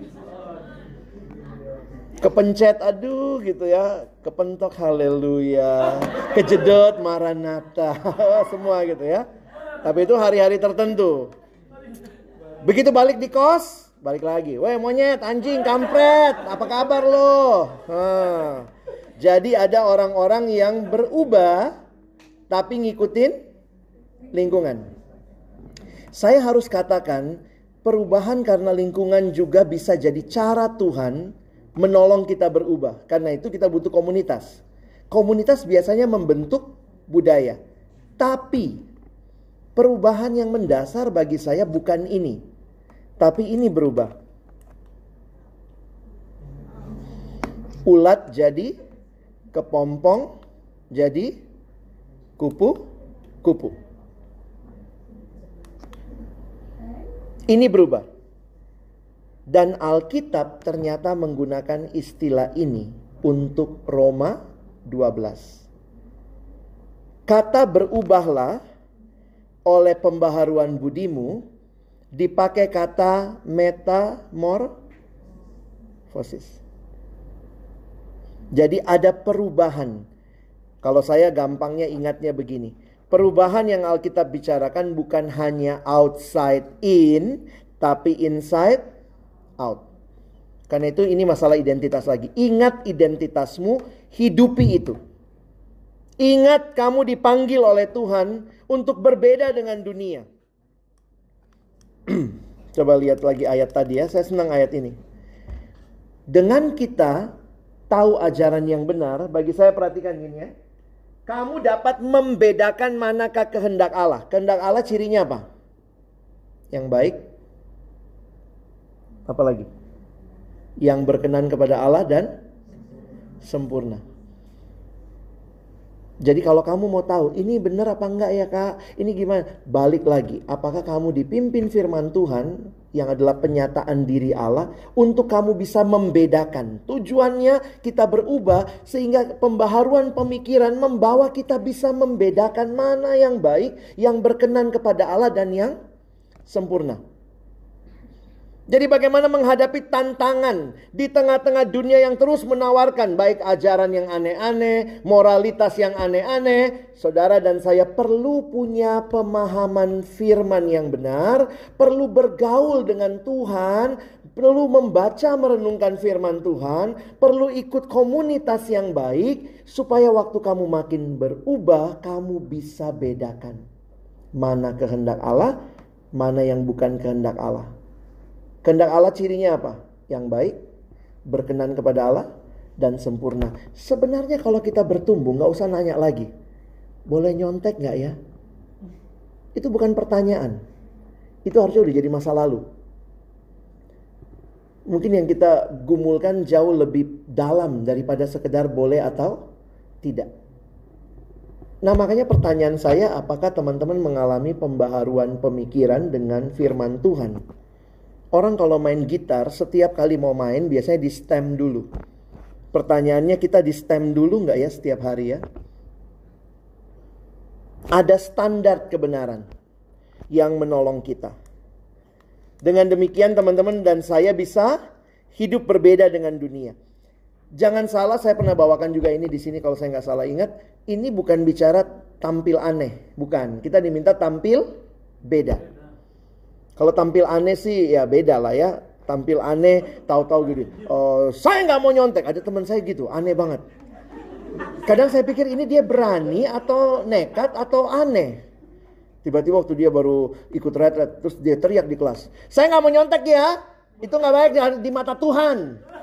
Kepencet, aduh gitu ya. Kepentok haleluya. Kejedot maranatha. Semua gitu ya. Tapi itu hari-hari tertentu. Begitu balik di kos, balik lagi. Weh monyet, anjing, kampret, apa kabar lo? Jadi ada orang-orang yang berubah tapi ngikutin lingkungan. Saya harus katakan, perubahan karena lingkungan juga bisa jadi cara Tuhan menolong kita berubah. Karena itu kita butuh komunitas. Komunitas biasanya membentuk budaya. Tapi perubahan yang mendasar bagi saya bukan ini. Tapi ini berubah. Ulat jadi kepompong, jadi kupu-kupu. Ini berubah. Dan Alkitab ternyata menggunakan istilah ini untuk Roma 12. Kata berubahlah oleh pembaharuan budimu dipakai kata metamorfosis. Jadi ada perubahan. Kalau saya gampangnya ingatnya begini. Perubahan yang Alkitab bicarakan bukan hanya outside in, tapi inside out. Karena itu ini masalah identitas lagi. Ingat identitasmu, hidupi itu. Ingat kamu dipanggil oleh Tuhan untuk berbeda dengan dunia. Coba lihat lagi ayat tadi ya. Saya senang ayat ini. Dengan kita tahu ajaran yang benar, bagi saya perhatikan gini ya. Kamu dapat membedakan manakah kehendak Allah. Kehendak Allah cirinya apa? Yang baik, Apalagi? Yang berkenan kepada Allah dan sempurna. Jadi kalau kamu mau tahu ini benar apa enggak ya kak, ini gimana? Balik lagi, apakah kamu dipimpin firman Tuhan yang adalah penyataan diri Allah untuk kamu bisa membedakan. Tujuannya kita berubah sehingga pembaharuan pemikiran membawa kita bisa membedakan mana yang baik, yang berkenan kepada Allah dan yang sempurna. Jadi bagaimana menghadapi tantangan di tengah-tengah dunia yang terus menawarkan baik ajaran yang aneh-aneh, moralitas yang aneh-aneh. Saudara dan saya perlu punya pemahaman firman yang benar, perlu bergaul dengan Tuhan, perlu membaca merenungkan firman Tuhan, perlu ikut komunitas yang baik supaya waktu kamu makin berubah, kamu bisa bedakan mana kehendak Allah, mana yang bukan kehendak Allah. Kehendak Allah cirinya apa? Yang baik, berkenan kepada Allah, dan sempurna. Sebenarnya kalau kita bertumbuh gak usah nanya lagi, boleh nyontek gak ya? Itu bukan pertanyaan. Itu harusnya udah jadi masa lalu. Mungkin yang kita gumulkan jauh lebih dalam daripada sekedar boleh atau tidak. Nah makanya pertanyaan saya, apakah teman-teman mengalami pembaharuan pemikiran dengan firman Tuhan? Orang kalau main gitar, setiap kali mau main biasanya di stem dulu. Pertanyaannya, kita di stem dulu nggak ya setiap hari ya? Ada standar kebenaran yang menolong kita. Dengan demikian teman-teman dan saya bisa hidup berbeda dengan dunia. Jangan salah, saya pernah bawakan juga ini di sini kalau saya nggak salah ingat. Ini bukan bicara tampil aneh, bukan. Kita diminta tampil beda. Kalau tampil aneh sih ya beda lah ya. Tampil aneh tahu-tahu gitu. Saya nggak mau nyontek. Ada teman saya gitu, aneh banget. Kadang saya pikir ini dia berani atau nekat atau aneh. Tiba-tiba waktu dia baru ikut retret, terus dia teriak di kelas, saya nggak mau nyontek ya. Itu nggak baik di mata Tuhan.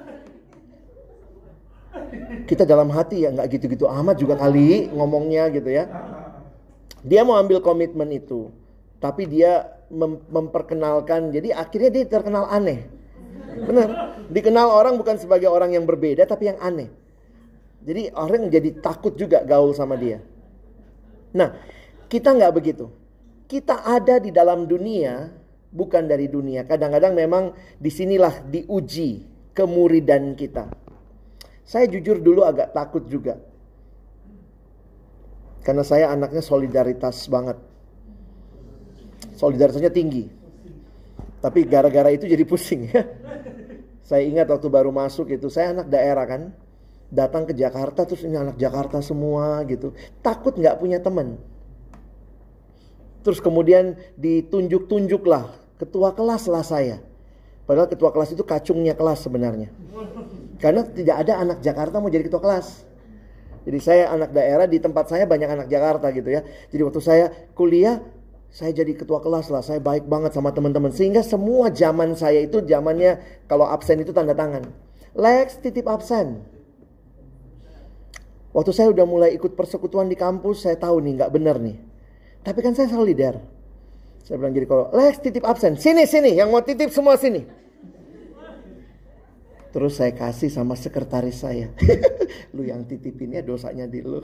Kita dalam hati ya nggak gitu-gitu amat juga kali ngomongnya gitu ya. Dia mau ambil komitmen itu, tapi dia memperkenalkan, jadi akhirnya dia terkenal aneh. Benar, dikenal orang bukan sebagai orang yang berbeda, tapi yang aneh. Jadi orang jadi takut juga gaul sama dia. Nah, kita nggak begitu. Kita ada di dalam dunia, bukan dari dunia. Kadang-kadang memang disinilah diuji kemuridan kita. Saya jujur dulu agak takut juga, karena saya anaknya solidaritas banget. Solidaritasnya tinggi. Tapi gara-gara itu jadi pusing ya. Saya ingat waktu baru masuk itu, saya anak daerah kan. Datang ke Jakarta, terus ini anak Jakarta semua gitu. Takut gak punya teman. Terus kemudian ditunjuk-tunjuk lah. Ketua kelas lah saya. Padahal ketua kelas itu kacungnya kelas sebenarnya. Karena tidak ada anak Jakarta mau jadi ketua kelas. Jadi saya anak daerah, di tempat saya banyak anak Jakarta gitu ya. Jadi waktu saya kuliah, saya jadi ketua kelas lah, saya baik banget sama teman-teman. Sehingga semua zaman saya itu zamannya kalau absen itu tanda tangan. Lex titip absen. Waktu saya udah mulai ikut persekutuan di kampus, saya tahu nih gak bener nih. Tapi kan saya solidar. Saya bilang jadi kalau Lex titip absen, sini yang mau titip semua sini. Terus saya kasih sama sekretaris saya. Lu yang titipinnya dosanya di lu.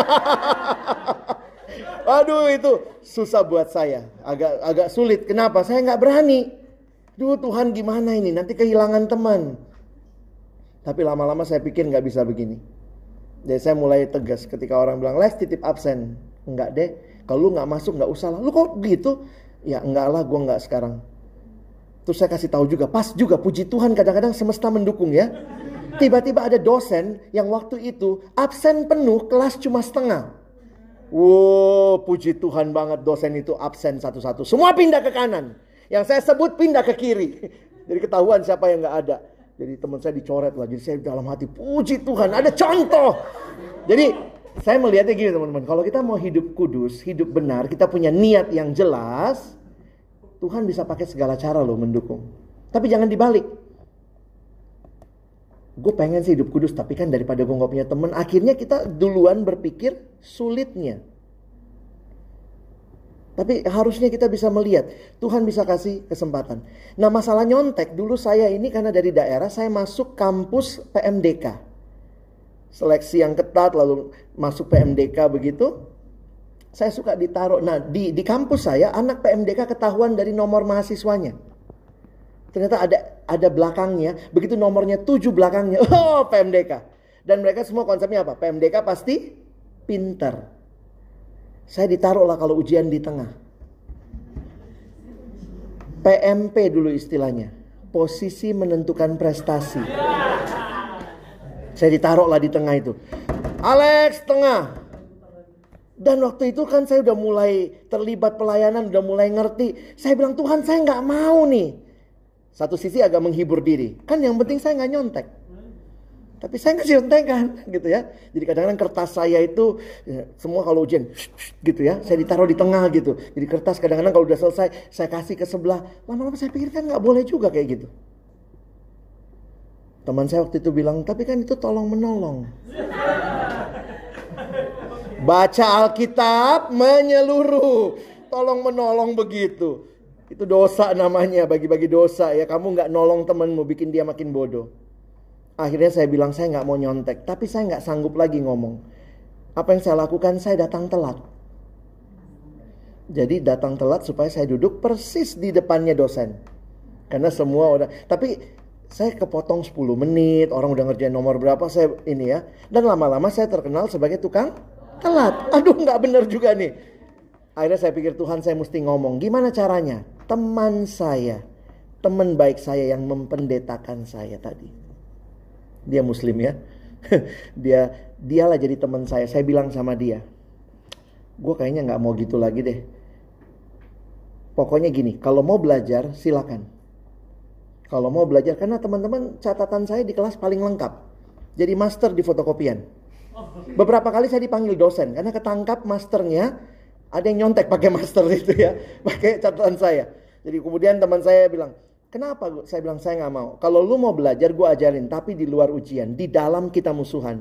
Aduh itu susah buat saya. Agak sulit. Kenapa? Saya gak berani. Duh Tuhan gimana ini? Nanti kehilangan teman. Tapi lama-lama saya pikir gak bisa begini. Jadi saya mulai tegas ketika orang bilang Lex titip absen. Enggak deh. Kalau lu gak masuk gak usah lah. Lu kok gitu? Ya enggak lah, gue gak sekarang. Terus saya kasih tahu juga, pas juga puji Tuhan kadang-kadang semesta mendukung ya. Tiba-tiba ada dosen yang waktu itu absen penuh, kelas cuma setengah. Wow, puji Tuhan banget dosen itu absen satu-satu. Semua pindah ke kanan. Yang saya sebut pindah ke kiri. Jadi ketahuan siapa yang gak ada. Jadi teman saya dicoret lah. Jadi saya dalam hati, puji Tuhan ada contoh. Jadi saya melihatnya gini teman-teman. Kalau kita mau hidup kudus, hidup benar, kita punya niat yang jelas, Tuhan bisa pakai segala cara loh mendukung. Tapi jangan dibalik. Gue pengen sih hidup kudus, tapi kan daripada gue gak punya teman, akhirnya kita duluan berpikir sulitnya. Tapi harusnya kita bisa melihat, Tuhan bisa kasih kesempatan. Nah, masalah nyontek, dulu saya ini karena dari daerah, saya masuk kampus PMDK. Seleksi yang ketat, lalu masuk PMDK begitu. Saya suka ditaruh, nah di kampus saya, anak PMDK ketahuan dari nomor mahasiswanya. Ternyata ada belakangnya, begitu nomornya 7 belakangnya, oh PMDK. Dan mereka semua konsepnya apa? PMDK pasti pinter. Saya ditaruh lah kalau ujian di tengah. PMP dulu istilahnya. Posisi menentukan prestasi. Saya ditaruh lah di tengah itu. Alex tengah. Dan waktu itu kan saya udah mulai terlibat pelayanan, udah mulai ngerti. Saya bilang, Tuhan saya gak mau nih. Satu sisi agak menghibur diri. Kan yang penting saya gak nyontek. Tapi saya nggak nyontekan gitu ya. Jadi kadang-kadang kertas saya itu ya, semua kalau ujian gitu ya, saya ditaruh di tengah gitu. Jadi kertas kadang-kadang kalau udah selesai saya kasih ke sebelah. Lama-lama saya pikir kan nggak boleh juga kayak gitu. Teman saya waktu itu bilang, tapi kan itu tolong menolong. Baca Alkitab menyeluruh, tolong menolong begitu. Itu dosa namanya, bagi-bagi dosa ya. Kamu nggak nolong temanmu, bikin dia makin bodoh. Akhirnya saya bilang saya nggak mau nyontek, tapi saya nggak sanggup lagi ngomong. Apa yang saya lakukan? Saya datang telat. Jadi datang telat supaya saya duduk persis di depannya dosen. Karena semua udah, tapi saya kepotong 10 menit, orang udah ngerjain nomor berapa, saya ini ya. Dan lama-lama saya terkenal sebagai tukang telat. Aduh nggak bener juga nih. Akhirnya saya pikir Tuhan saya mesti ngomong. Gimana caranya? Teman saya, teman baik saya yang mempendetakan saya tadi. Dia muslim ya. Dialah jadi teman saya. Saya bilang sama dia, gue kayaknya gak mau gitu lagi deh. Pokoknya gini, kalau mau belajar silakan. Kalau mau belajar, karena teman-teman catatan saya di kelas paling lengkap. Jadi master di fotokopian. Beberapa kali saya dipanggil dosen karena ketangkap masternya ada yang nyontek pakai master itu ya, pakai catatan saya. Jadi kemudian teman saya bilang, kenapa? Saya bilang saya gak mau. Kalau lu mau belajar gue ajarin, tapi di luar ujian. Di dalam kita musuhan.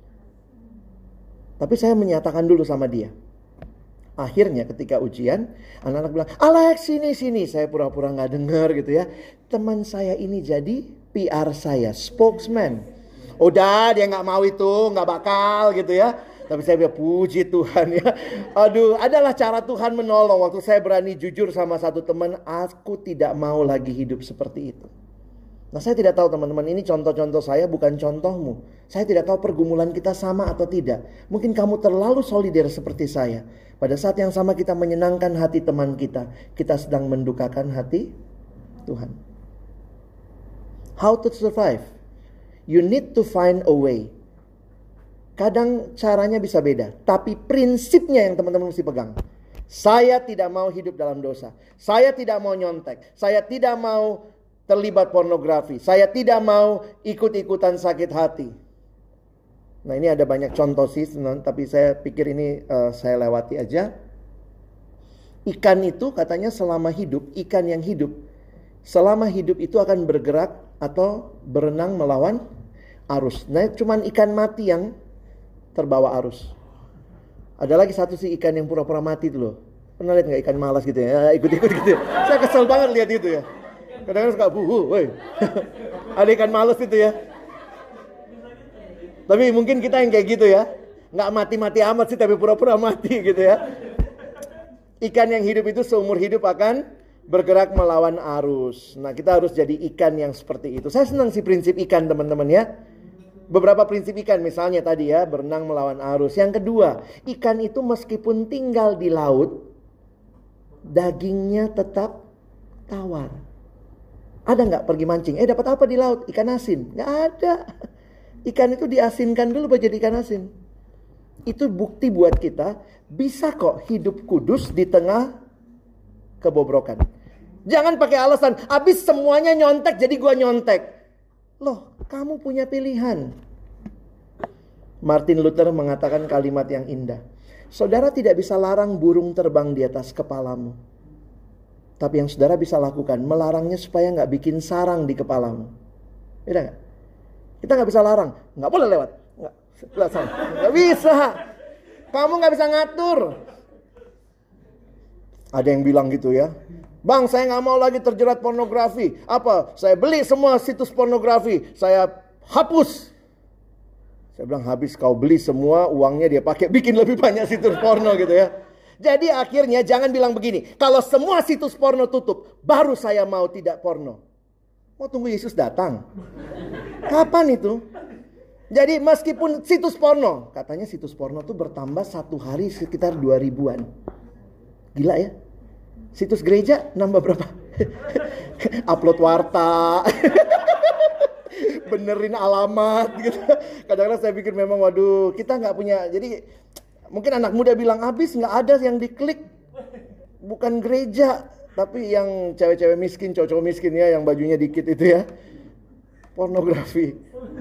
Tapi saya menyatakan dulu sama dia. Akhirnya ketika ujian, anak-anak bilang, Alex sini. Saya pura-pura gak dengar gitu ya. Teman saya ini jadi PR saya, spokesman. Udah dia gak mau itu, gak bakal gitu ya. Tapi saya bilang puji Tuhan ya. Aduh, adalah cara Tuhan menolong. Waktu saya berani jujur sama satu teman, aku tidak mau lagi hidup seperti itu. Nah saya tidak tahu teman-teman, ini contoh-contoh saya bukan contohmu. Saya tidak tahu pergumulan kita sama atau tidak. Mungkin kamu terlalu solider seperti saya. Pada saat yang sama kita menyenangkan hati teman kita. Kita sedang mendukakan hati Tuhan. How to survive? You need to find a way. Kadang caranya bisa beda, tapi prinsipnya yang teman-teman mesti pegang. Saya tidak mau hidup dalam dosa. Saya tidak mau nyontek. Saya tidak mau terlibat pornografi. Saya tidak mau ikut-ikutan sakit hati. Nah ini ada banyak contoh sih, tapi saya pikir ini saya lewati aja. Ikan itu katanya selama hidup, ikan yang hidup, selama hidup itu akan bergerak atau berenang melawan arus. Nah cuman ikan mati yang terbawa arus. Ada lagi satu sih ikan yang pura-pura mati itu loh. Pernah lihat gak ikan malas gitu ya? Ikut-ikut gitu. Saya kesel banget lihat itu ya. Kadang-kadang suka woi. Ada ikan malas itu ya. Tapi mungkin kita yang kayak gitu ya. Gak mati-mati amat sih, tapi pura-pura mati gitu ya. Ikan yang hidup itu seumur hidup akan bergerak melawan arus. Nah kita harus jadi ikan yang seperti itu. Saya senang sih prinsip ikan teman-teman ya. Beberapa prinsip ikan misalnya tadi ya, berenang melawan arus. Yang kedua, ikan itu meskipun tinggal di laut, dagingnya tetap tawar. Ada nggak pergi mancing? Dapat apa di laut? Ikan asin? Nggak ada. Ikan itu diasinkan dulu baru jadi ikan asin. Itu bukti buat kita, bisa kok hidup kudus di tengah kebobrokan. Jangan pakai alasan, habis semuanya nyontek jadi gua nyontek. Loh, kamu punya pilihan. Martin Luther mengatakan kalimat yang indah. Saudara tidak bisa larang burung terbang di atas kepalamu. Tapi yang saudara bisa lakukan, melarangnya supaya gak bikin sarang di kepalamu. Beda gak? Kita gak bisa larang. Gak boleh lewat. Gak bisa. Kamu gak bisa ngatur. Ada yang bilang gitu ya. Bang, saya nggak mau lagi terjerat pornografi. Apa? Saya beli semua situs pornografi. Saya hapus. Saya bilang, habis kau beli semua, uangnya dia pakai bikin lebih banyak situs porno gitu ya. Jadi akhirnya jangan bilang begini. Kalau semua situs porno tutup, baru saya mau tidak porno. Mau tunggu Yesus datang. Kapan itu? Jadi meskipun situs porno, katanya situs porno tuh bertambah satu hari sekitar 2000-an. Gila ya. Situs gereja nambah berapa? Upload warta. Benerin alamat gitu. Kadang-kadang saya pikir memang waduh, kita nggak punya. Jadi mungkin anak muda bilang habis nggak ada yang diklik. Bukan gereja, tapi yang cewek-cewek miskin, cowok-cowok miskin ya, yang bajunya dikit itu ya. Pornografi.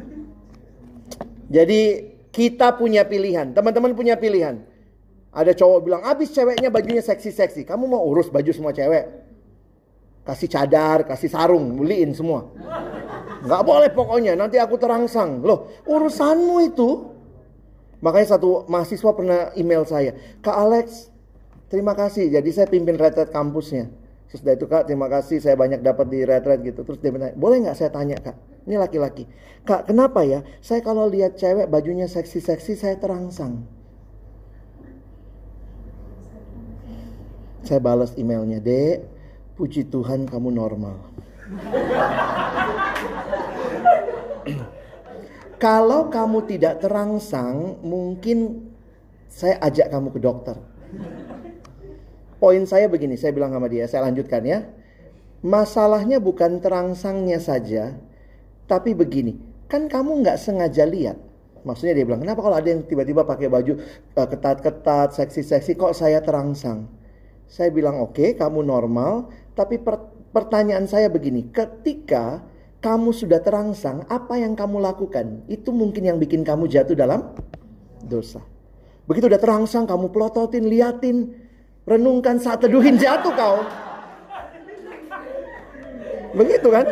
Jadi kita punya pilihan, teman-teman punya pilihan. Ada cowok bilang, habis ceweknya bajunya seksi-seksi. Kamu mau urus baju semua cewek? Kasih cadar, kasih sarung, beliin semua. Nggak boleh pokoknya, nanti aku terangsang. Loh, urusanmu itu. Makanya satu mahasiswa pernah email saya, Kak Alex, terima kasih. Jadi saya pimpin retret kampusnya. Sesudah itu, Kak, terima kasih, saya banyak dapat di retret gitu. Terus dia bertanya, boleh nggak saya tanya, Kak? Ini laki-laki. Kak, kenapa ya? Saya kalau lihat cewek bajunya seksi-seksi, saya terangsang. Saya balas emailnya, Dek, puji Tuhan kamu normal. Kalau kamu tidak terangsang, mungkin saya ajak kamu ke dokter. Poin saya begini, saya bilang sama dia, saya lanjutkan ya. Masalahnya bukan terangsangnya saja, tapi begini, kan kamu nggak sengaja lihat. Maksudnya dia bilang, kenapa kalau ada yang tiba-tiba pakai baju ketat-ketat, seksi-seksi, kok saya terangsang? Saya bilang, oke, kamu normal, tapi pertanyaan saya begini, ketika kamu sudah terangsang, apa yang kamu lakukan? Itu mungkin yang bikin kamu jatuh dalam dosa. Begitu udah terangsang, kamu pelototin, liatin, renungkan, saat teduhin, jatuh kau. Begitu kan?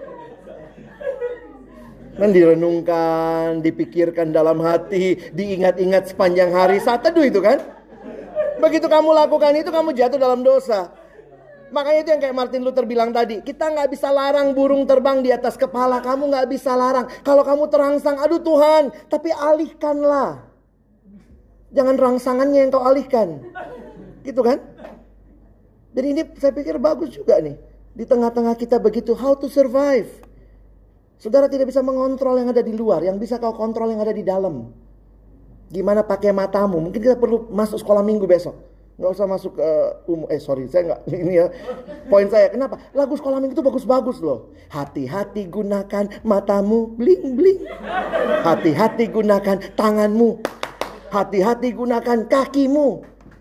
Dan direnungkan, dipikirkan dalam hati, diingat-ingat sepanjang hari, saat teduh itu kan? Begitu kamu lakukan itu, kamu jatuh dalam dosa. Makanya itu yang kayak Martin Luther bilang tadi, kita gak bisa larang burung terbang di atas kepala. Kamu gak bisa larang. Kalau kamu terangsang, aduh Tuhan, tapi alihkanlah. Jangan rangsangannya yang kau alihkan. Gitu kan? Jadi ini saya pikir bagus juga nih. Di tengah-tengah kita begitu, how to survive. Saudara tidak bisa mengontrol yang ada di luar, yang bisa kau kontrol yang ada di dalam. Gimana pakai matamu? Mungkin kita perlu masuk sekolah minggu besok. Nggak usah masuk ke saya nggak, ini ya. Poin saya, kenapa? Lagu sekolah minggu itu bagus-bagus loh. Hati-hati gunakan matamu, bling-bling. Hati-hati gunakan tanganmu. Hati-hati gunakan kakimu.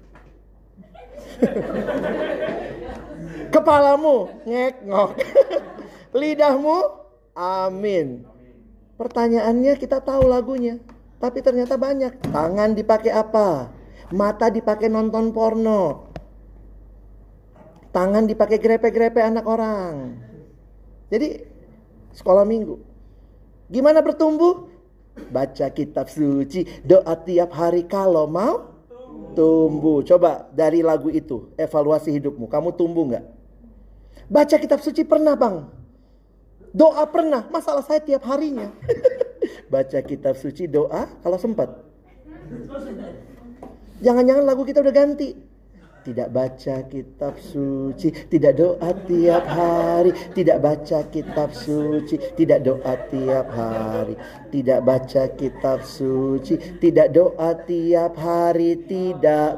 Kepalamu, ngek-ngok. Lidahmu, amin. Pertanyaannya kita tahu lagunya. Tapi ternyata banyak. Tangan dipakai apa? Mata dipakai nonton porno. Tangan dipakai grepe-grepe anak orang. Jadi sekolah minggu. Gimana bertumbuh? Baca kitab suci, doa tiap hari kalau mau tumbuh. Coba dari lagu itu evaluasi hidupmu. Kamu tumbuh gak? Baca kitab suci pernah bang? Doa pernah? Masalah saya tiap harinya. Baca kitab suci, doa kalau sempat. Jangan-jangan lagu kita udah ganti. Tidak baca kitab suci, tidak doa tiap hari. Tidak baca kitab suci, tidak doa tiap hari. Tidak baca kitab suci, tidak doa tiap hari. Tidak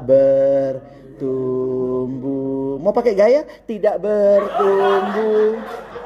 bertumbuh. Mau pakai gaya? Tidak bertumbuh.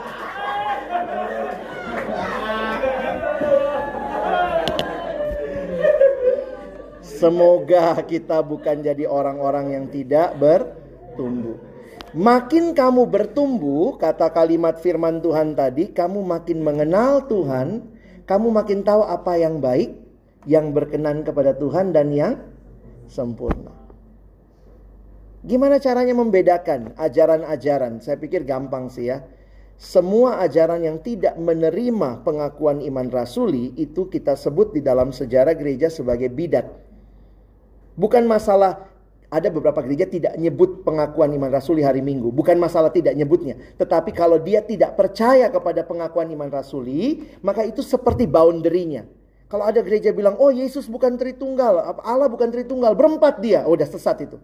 Semoga kita bukan jadi orang-orang yang tidak bertumbuh. Makin kamu bertumbuh, kata kalimat firman Tuhan tadi, kamu makin mengenal Tuhan, kamu makin tahu apa yang baik, yang berkenan kepada Tuhan dan yang sempurna. Gimana caranya membedakan ajaran-ajaran? Saya pikir gampang sih ya. Semua ajaran yang tidak menerima pengakuan iman rasuli itu kita sebut di dalam sejarah gereja sebagai bidat. Bukan masalah Ada beberapa gereja tidak nyebut pengakuan iman rasuli hari Minggu. Bukan masalah tidak nyebutnya. Tetapi kalau dia tidak percaya kepada pengakuan iman rasuli, maka itu seperti boundary-nya. Kalau ada gereja bilang, oh Yesus bukan Tritunggal, Allah bukan Tritunggal, berempat dia. Oh, udah sesat itu.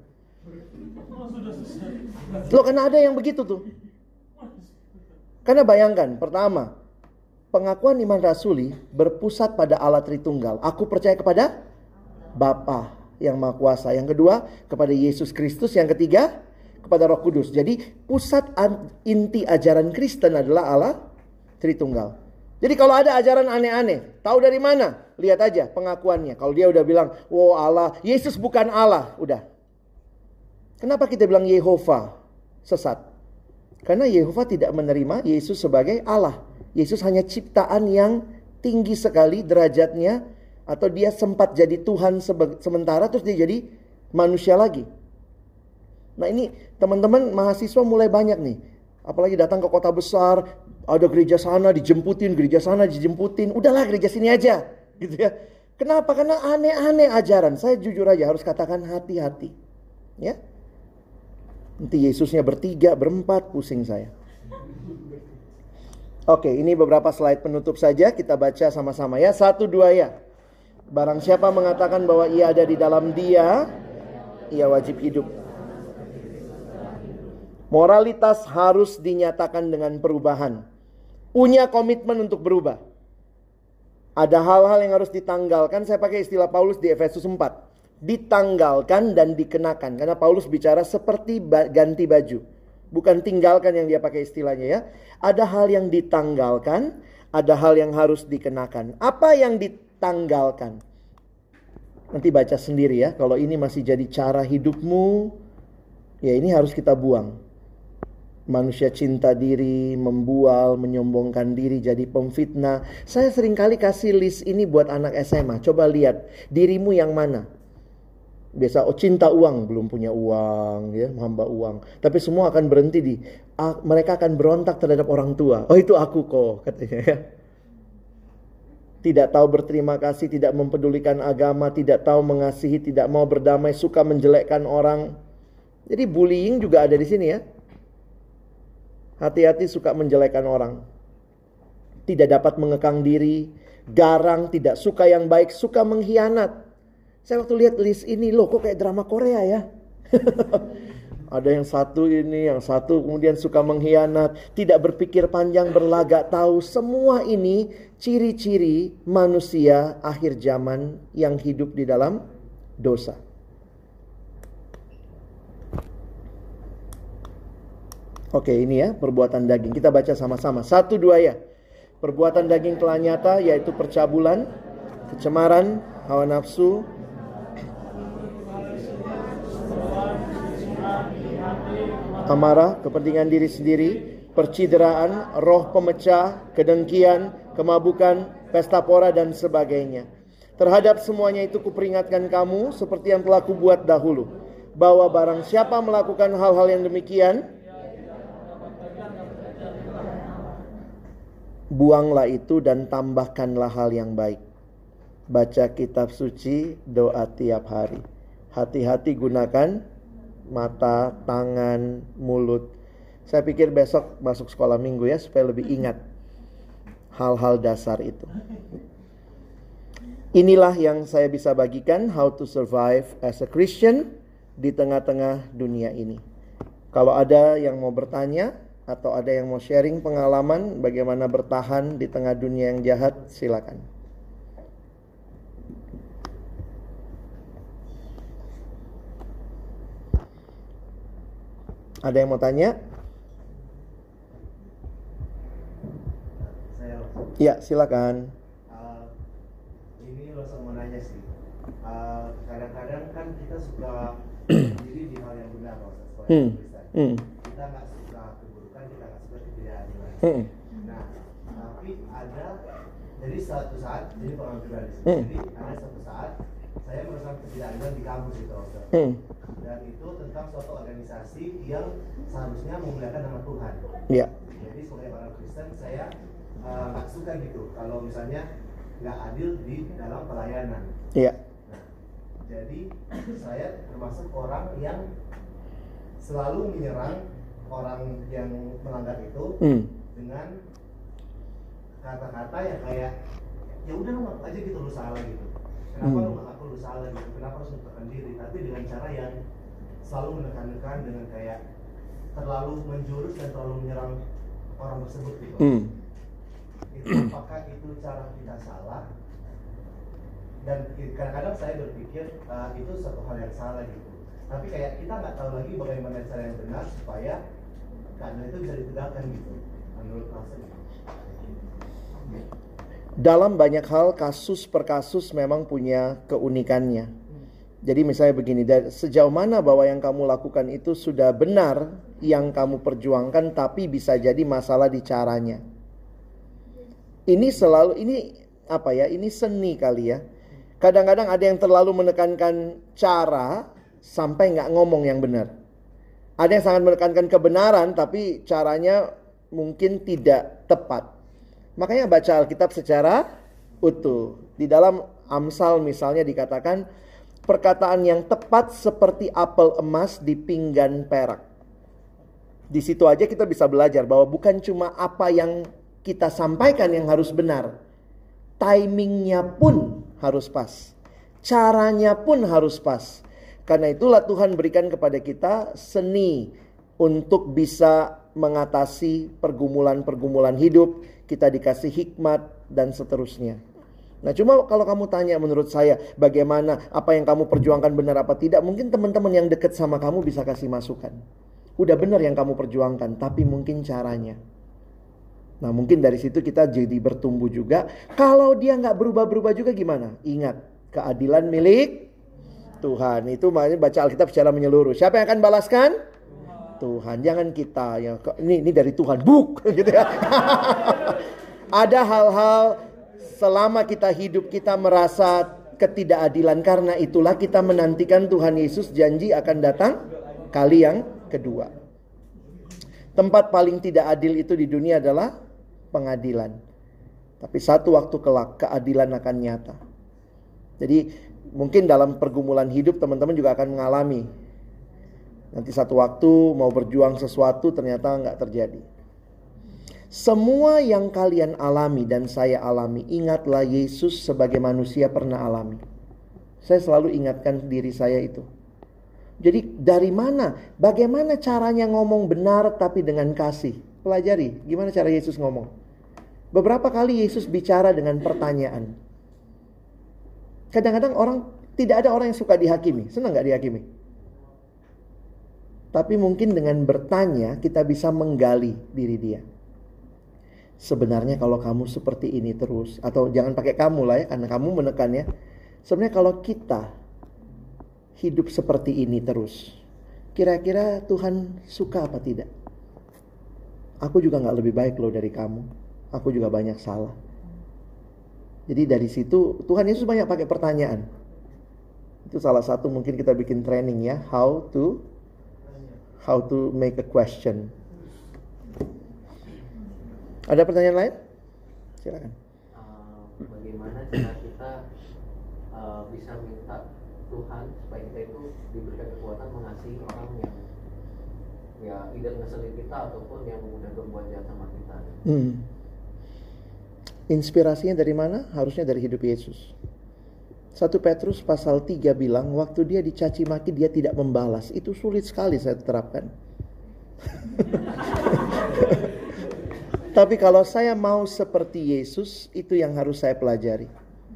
Loh, karena ada yang begitu tuh. Karena bayangkan, pertama, pengakuan iman rasuli berpusat pada Allah Tritunggal. Aku percaya kepada Bapa yang Maha Kuasa. Yang kedua, kepada Yesus Kristus. Yang ketiga, kepada Roh Kudus. Jadi pusat inti ajaran Kristen adalah Allah Tritunggal. Jadi kalau ada ajaran aneh-aneh, tahu dari mana? Lihat aja pengakuannya. Kalau dia udah bilang, wow Allah, Yesus bukan Allah, udah. Kenapa kita bilang Yehova? Sesat. Karena Yehova tidak menerima Yesus sebagai Allah. Yesus hanya ciptaan yang tinggi sekali derajatnya. Atau dia sempat jadi Tuhan sementara terus dia jadi manusia lagi. Nah ini teman-teman mahasiswa mulai banyak nih. Apalagi datang ke kota besar, ada gereja sana dijemputin, gereja sana dijemputin. Udahlah gereja sini aja gitu ya. Kenapa? Karena aneh-aneh ajaran. Saya jujur aja harus katakan hati-hati. Ya. Nanti Yesusnya bertiga, berempat, pusing saya. Oke, ini beberapa slide penutup saja. Kita baca sama-sama ya. 1, 2 ya. Barang siapa mengatakan bahwa ia ada di dalam dia, ia wajib hidup. Moralitas harus dinyatakan dengan perubahan. Punya komitmen untuk berubah. Ada hal-hal yang harus ditanggalkan. Saya pakai istilah Paulus di Efesus 4. Ditanggalkan dan dikenakan. Karena Paulus bicara seperti ganti baju. Bukan tinggalkan yang dia pakai istilahnya ya. Ada hal yang ditanggalkan. Ada hal yang harus dikenakan. Apa yang ditanggalkan? Nanti baca sendiri ya. Kalau ini masih jadi cara hidupmu, ya ini harus kita buang. Manusia cinta diri, membual, menyombongkan diri, jadi pemfitnah. Saya seringkali kasih list ini buat anak SMA. Coba lihat, dirimu yang mana? Biasa, oh cinta uang, belum punya uang, ya, hamba uang. Tapi semua akan berhenti di, mereka akan berontak terhadap orang tua. Oh itu aku kok, katanya ya. Tidak tahu berterima kasih, tidak mempedulikan agama, tidak tahu mengasihi, tidak mau berdamai, suka menjelekkan orang. Jadi bullying juga ada di sini ya. Hati-hati suka menjelekkan orang. Tidak dapat mengekang diri, garang, tidak suka yang baik, suka mengkhianat. Saya waktu lihat list ini, loh kok kayak drama Korea ya. Ada yang satu ini, yang satu kemudian suka mengkhianat, tidak berpikir panjang, berlagak tahu. Semua ini ciri-ciri manusia akhir zaman yang hidup di dalam dosa. Oke, ini ya perbuatan daging. Kita baca sama-sama. 1, 2 ya. Perbuatan daging telah nyata, yaitu percabulan, kecemaran, hawa nafsu, amarah, kepentingan diri sendiri, percideraan, roh pemecah, kedengkian, kemabukan, pesta pora dan sebagainya. Terhadap semuanya itu kuperingatkan kamu seperti yang telah kubuat dahulu, bahwa barang siapa melakukan hal-hal yang demikian, buanglah itu dan tambahkanlah hal yang baik. Baca kitab suci, doa tiap hari. Hati-hati gunakan mata, tangan, mulut. Saya pikir besok masuk sekolah minggu ya, supaya lebih ingat hal-hal dasar itu. Inilah yang saya bisa bagikan, how to survive as a Christian di tengah-tengah dunia ini. Kalau ada yang mau bertanya atau ada yang mau sharing pengalaman bagaimana bertahan di tengah dunia yang jahat, silakan. Ada yang mau tanya? Ya, silakan. Ini langsung mau nanya sih. Kadang-kadang kan kita suka diri di hal yang benar, kita nggak suka keburukan, kita nggak suka ketidakadilan. Nah, tapi ada jadi suatu saat, jadi pengalaman pribadi. Jadi ada suatu saat saya merasakan ketidakadilan di kampus itu, dan itu tentang suatu organisasi yang seharusnya memuliakan nama Tuhan. Yeah. Jadi sebagai orang Kristen saya nggak suka gitu kalau misalnya nggak adil di dalam pelayanan. Iya. Nah, Jadi saya termasuk orang yang selalu menyerang orang yang melanggar itu dengan kata-kata yang kayak ya udah lu ngaku aja gitu lu salah gitu. Kenapa lu ngaku lu salah gitu? Kenapa harus menekan diri? Tapi dengan cara yang selalu menekan-nekan dengan kayak terlalu menjurus dan terlalu menyerang orang tersebut gitu. Itu apakah itu cara kita salah? Dan kadang-kadang saya berpikir itu satu hal yang salah gitu. Tapi kayak kita nggak tahu lagi bagaimana cara yang benar supaya keadaan itu bisa ditegakkan gitu. Menurut saya. Dalam banyak hal, kasus per kasus memang punya keunikannya. Jadi misalnya begini, sejauh mana bahwa yang kamu lakukan itu sudah benar yang kamu perjuangkan, tapi bisa jadi masalah di caranya. Ini selalu, ini seni kali ya. Kadang-kadang ada yang terlalu menekankan cara sampai nggak ngomong yang benar. Ada yang sangat menekankan kebenaran tapi caranya mungkin tidak tepat. Makanya baca Alkitab secara utuh. Di dalam Amsal misalnya dikatakan, perkataan yang tepat seperti apel emas di pinggan perak. Di situ aja kita bisa belajar bahwa bukan cuma apa yang kita sampaikan yang harus benar. Timingnya pun harus pas. Caranya pun harus pas. Karena itulah Tuhan berikan kepada kita seni untuk bisa mengatasi pergumulan-pergumulan hidup. Kita dikasih hikmat dan seterusnya. Nah cuma kalau kamu tanya menurut saya bagaimana, apa yang kamu perjuangkan benar apa tidak, mungkin teman-teman yang dekat sama kamu bisa kasih masukan. Udah benar yang kamu perjuangkan, tapi mungkin caranya. Nah mungkin dari situ kita jadi bertumbuh juga. Kalau dia gak berubah-berubah juga gimana? Ingat, keadilan milik Tuhan. Itu makanya baca Alkitab secara menyeluruh. Siapa yang akan balaskan? Tuhan, jangan kita ya. Ini dari Tuhan, gitu ya. Ada hal-hal selama kita hidup kita merasa ketidakadilan, karena itulah kita menantikan Tuhan Yesus janji akan datang kali yang kedua. Tempat paling tidak adil itu di dunia adalah pengadilan. Tapi satu waktu kelak keadilan akan nyata. Jadi mungkin dalam pergumulan hidup teman-teman juga akan mengalami. Nanti satu waktu mau berjuang sesuatu ternyata nggak terjadi. Semua yang kalian alami dan saya alami, ingatlah Yesus sebagai manusia pernah alami. Saya selalu ingatkan diri saya itu. Jadi dari mana? Bagaimana caranya ngomong benar tapi dengan kasih? Pelajari gimana cara Yesus ngomong. Beberapa kali Yesus bicara dengan pertanyaan. Kadang-kadang tidak ada orang yang suka dihakimi. Senang gak dihakimi? Tapi mungkin dengan bertanya kita bisa menggali diri dia. Sebenarnya kalau kamu seperti ini terus, atau jangan pakai kamu lah ya, karena kamu menekannya. Sebenarnya kalau kita hidup seperti ini terus, kira-kira Tuhan suka apa tidak? Aku juga gak lebih baik loh dari kamu. Aku juga banyak salah. Jadi dari situ Tuhan Yesus banyak pakai pertanyaan. Itu salah satu mungkin kita bikin training ya, how to make a question. Ada pertanyaan lain? Silakan. Bagaimana cara kita bisa minta Tuhan supaya kita itu diberikan kekuatan mengasihi orang yang ya tidak ngeselin kita ataupun yang mudah berbuat jahat sama kita? Inspirasinya dari mana? Harusnya dari hidup Yesus. 1 Petrus pasal 3 bilang, waktu dia dicaci maki dia tidak membalas. Itu sulit sekali saya terapkan. Tapi kalau saya mau seperti Yesus, itu yang harus saya pelajari.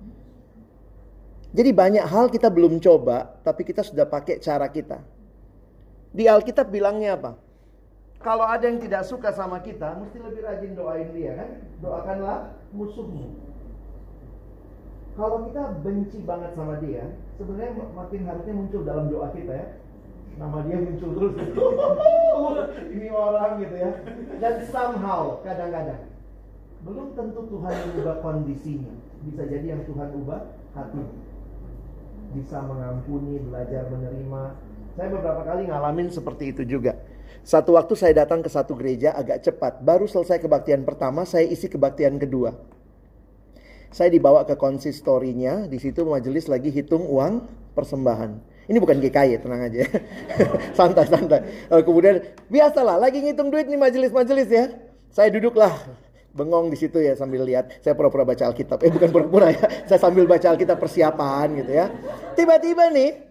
Jadi banyak hal kita belum coba, tapi kita sudah pakai cara kita. Di Alkitab bilangnya apa? Kalau ada yang tidak suka sama kita, mesti lebih rajin doain dia kan? Doakanlah musuhmu. Kalau kita benci banget sama dia, sebenarnya makin harusnya muncul dalam doa kita ya. Nama dia muncul terus. Ini orang gitu ya. Dan somehow kadang-kadang belum tentu Tuhan mengubah kondisinya. Bisa jadi yang Tuhan ubah hati. Bisa mengampuni, belajar menerima. Saya beberapa kali ngalamin seperti itu juga. Satu waktu saya datang ke satu gereja agak cepat. Baru selesai kebaktian pertama, saya isi kebaktian kedua. Saya dibawa ke konsistorinya, di situ majelis lagi hitung uang persembahan. Ini bukan GKI, tenang aja. Santai-santai. Kemudian biasalah lagi ngitung duit nih majelis-majelis ya. Saya duduklah bengong di situ ya sambil lihat. Saya pura-pura baca Alkitab. Bukan pura-pura ya. Saya sambil baca Alkitab persiapan gitu ya. Tiba-tiba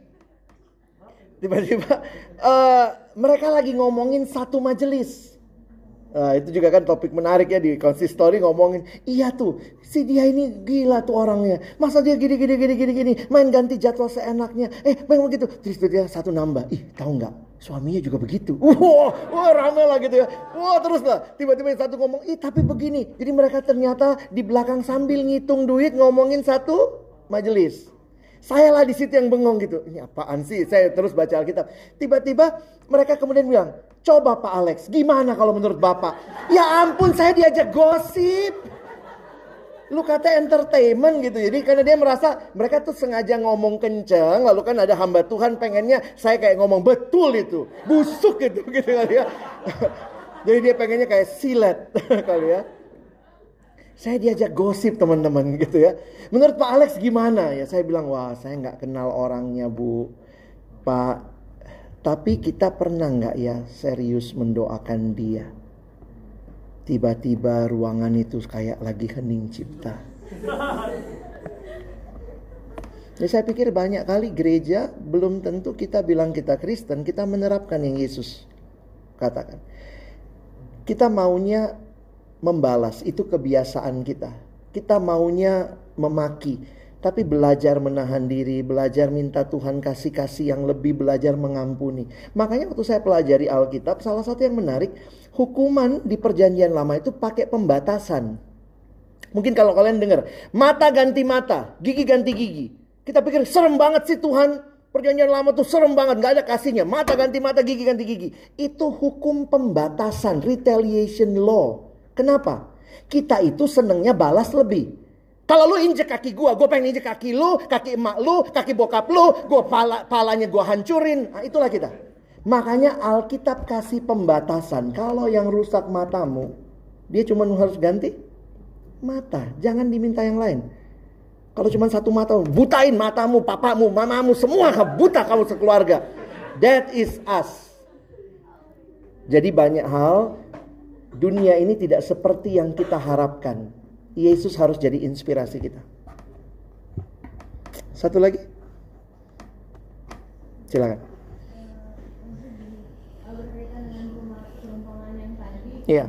mereka lagi ngomongin satu majelis. Itu juga kan topik menarik ya di Konsistori, ngomongin, iya tuh si dia ini gila tuh orangnya, masa dia gini main ganti jadwal seenaknya, main begitu. Terus dia satu nambah, tahu nggak, suaminya juga begitu. Wah rame lah gitu ya. Wah terus lah tiba-tiba satu ngomong, tapi begini. Jadi mereka ternyata di belakang sambil ngitung duit ngomongin satu majelis. Saya lah di situ yang bengong gitu. Ini apaan sih? Saya terus baca Alkitab. Tiba-tiba mereka kemudian bilang, coba Pak Alex, gimana kalau menurut Bapak? Ya ampun, saya diajak gosip. Lu kata entertainment gitu. Jadi karena dia merasa mereka tuh sengaja ngomong kenceng. Lalu kan ada hamba Tuhan pengennya saya kayak ngomong betul itu. Busuk gitu kali ya. Jadi dia pengennya kayak silet kali ya. Saya diajak gosip teman-teman gitu ya. Menurut Pak Alex gimana? Ya saya bilang, wah saya gak kenal orangnya Bu. Pak, tapi kita pernah gak ya serius mendoakan dia? Tiba-tiba ruangan itu kayak lagi hening cipta. Ya saya pikir banyak kali gereja belum tentu kita bilang kita Kristen, kita menerapkan yang Yesus katakan. Kita maunya membalas, itu kebiasaan kita. Kita maunya memaki, tapi belajar menahan diri, belajar minta Tuhan kasih-kasih yang lebih, belajar mengampuni. Makanya waktu saya pelajari Alkitab, salah satu yang menarik, hukuman di perjanjian lama itu pakai pembatasan. Mungkin kalau kalian dengar, mata ganti mata, gigi ganti gigi. Kita pikir serem banget sih Tuhan, perjanjian lama tuh serem banget, gak ada kasihnya. Mata ganti mata, gigi ganti gigi. Itu hukum pembatasan, retaliation law. Kenapa? Kita itu senengnya balas lebih. Kalau lu injek kaki gue pengen injek kaki lu, kaki emak lu, kaki bokap lu, palanya gue hancurin. Nah, itulah kita. Makanya Alkitab kasih pembatasan. Kalau yang rusak matamu, dia cuma harus ganti mata. Jangan diminta yang lain. Kalau cuma satu mata, butain matamu, papamu, mamamu, semua buta kamu sekeluarga. That is us. Jadi banyak hal, dunia ini tidak seperti yang kita harapkan. Yesus harus jadi inspirasi kita. Satu lagi. Silakan. Berkaitan dengan perumpamaan yang tadi, Iya.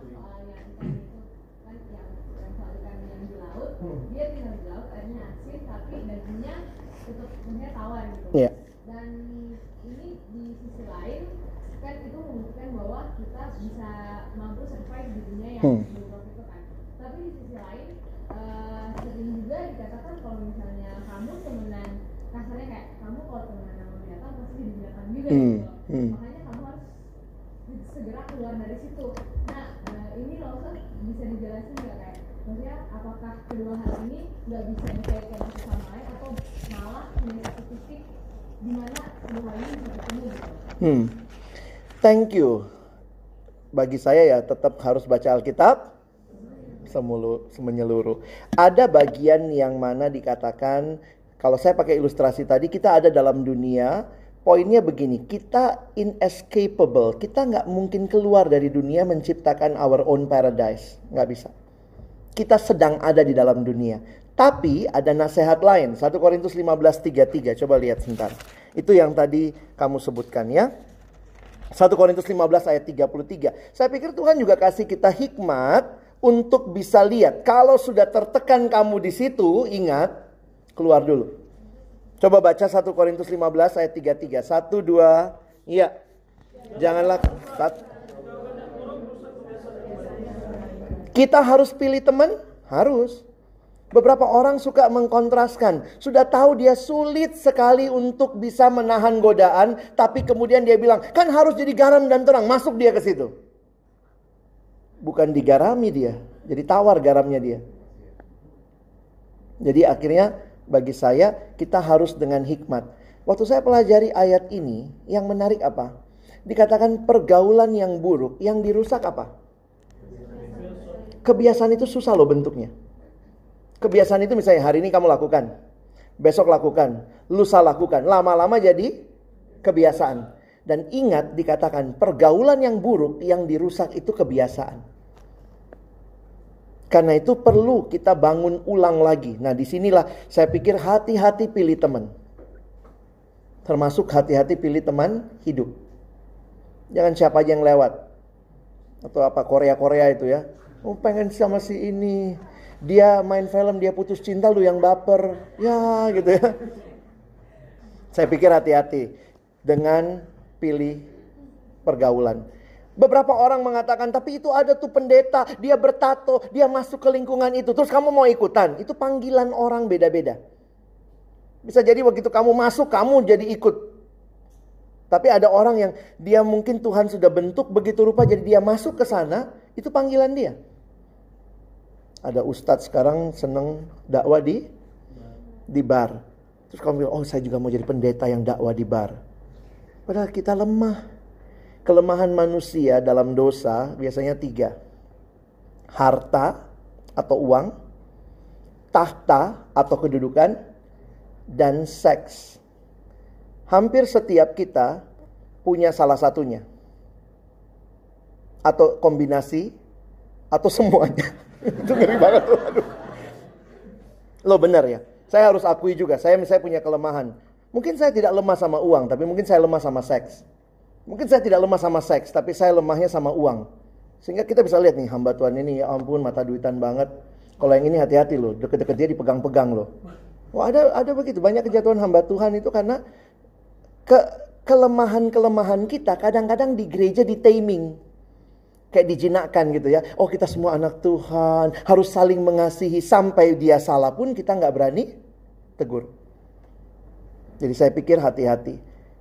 Dia tinggal di laut, airnya asin, tapi dagingnya tetap tawar gitu. Iya. Dan ini di sisi lain kan itu membuktikan bahwa kita bisa mampu survive di dunia yang buruk itu kan. Tapi di sisi lain sering juga dikatakan kalau misalnya kamu temenan, kasarnya kayak kamu kalau temenan sama binatang pasti jadi binatang juga gitu. Makanya kamu harus segera keluar dari situ. Nah ini loh kan bisa dijelasin nggak kayak maksudnya apakah kedua hal ini nggak bisa dikaitkan satu sama lain atau malah punya satu titik di mana kedua hal ini bisa ketemu gitu. Thank you. Bagi saya ya tetap harus baca Alkitab menyeluruh. Ada bagian yang mana dikatakan, kalau saya pakai ilustrasi tadi, kita ada dalam dunia. Poinnya begini, kita inescapable. Kita nggak mungkin keluar dari dunia menciptakan our own paradise. Nggak bisa. Kita sedang ada di dalam dunia. Tapi ada nasihat lain. 1 Korintus 15:33. Coba lihat sebentar. Itu yang tadi kamu sebutkan ya. 1 Korintus 15 ayat 33. Saya pikir Tuhan juga kasih kita hikmat untuk bisa lihat. Kalau sudah tertekan kamu di situ, ingat, keluar dulu. Coba baca 1 Korintus 15 ayat 33. 1, 2, iya. Janganlah. Kita harus pilih teman? Harus. Beberapa orang suka mengkontraskan. Sudah tahu dia sulit sekali untuk bisa menahan godaan. Tapi kemudian dia bilang, kan harus jadi garam dan terang. Masuk dia ke situ. Bukan digarami dia. Jadi tawar garamnya dia. Jadi akhirnya bagi saya kita harus dengan hikmat. Waktu saya pelajari ayat ini, yang menarik apa? Dikatakan pergaulan yang buruk, yang dirusak apa? Kebiasaan itu susah loh bentuknya. Kebiasaan itu misalnya hari ini kamu lakukan. besok lakukan, lusa lakukan, lama-lama jadi kebiasaan. Dan ingat dikatakan pergaulan yang buruk yang dirusak itu kebiasaan. Karena itu perlu kita bangun ulang lagi. Nah, disinilah saya pikir hati-hati pilih teman. Termasuk hati-hati pilih teman hidup. Jangan siapa aja yang lewat. Atau apa Korea-Korea itu ya. Oh, pengen sama si ini. Dia main film, dia putus cinta, lu yang baper. Ya gitu ya. Saya pikir hati-hati dengan pilih pergaulan. Beberapa orang mengatakan, tapi itu ada tuh pendeta, dia bertato, dia masuk ke lingkungan itu. Terus kamu mau ikutan. Itu panggilan orang beda-beda. Bisa jadi begitu kamu masuk, kamu jadi ikut. Tapi ada orang yang dia mungkin Tuhan sudah bentuk begitu rupa, jadi dia masuk ke sana, itu panggilan dia. Ada ustadz sekarang seneng dakwah di bar. Terus kamu bilang, oh saya juga mau jadi pendeta yang dakwah di bar. Padahal kita lemah. Kelemahan manusia dalam dosa biasanya 3. Harta atau uang, tahta atau kedudukan, dan seks. Hampir setiap kita punya salah satunya. Atau kombinasi, atau semuanya. Itu ngeri banget tuh. Aduh. Loh benar ya. Saya harus akui juga, saya punya kelemahan. Mungkin saya tidak lemah sama uang, tapi mungkin saya lemah sama seks. Mungkin saya tidak lemah sama seks, tapi saya lemahnya sama uang. Sehingga kita bisa lihat nih, hamba Tuhan ini ya ampun mata duitan banget. Kalau yang ini hati-hati loh, deket-deket dia dipegang-pegang loh. Wah ada begitu, banyak kejatuhan hamba Tuhan itu karena kelemahan-kelemahan kita kadang-kadang di gereja di-taming. Kayak dijinakkan gitu ya. Oh kita semua anak Tuhan, harus saling mengasihi. Sampai dia salah pun kita gak berani tegur. Jadi saya pikir hati-hati.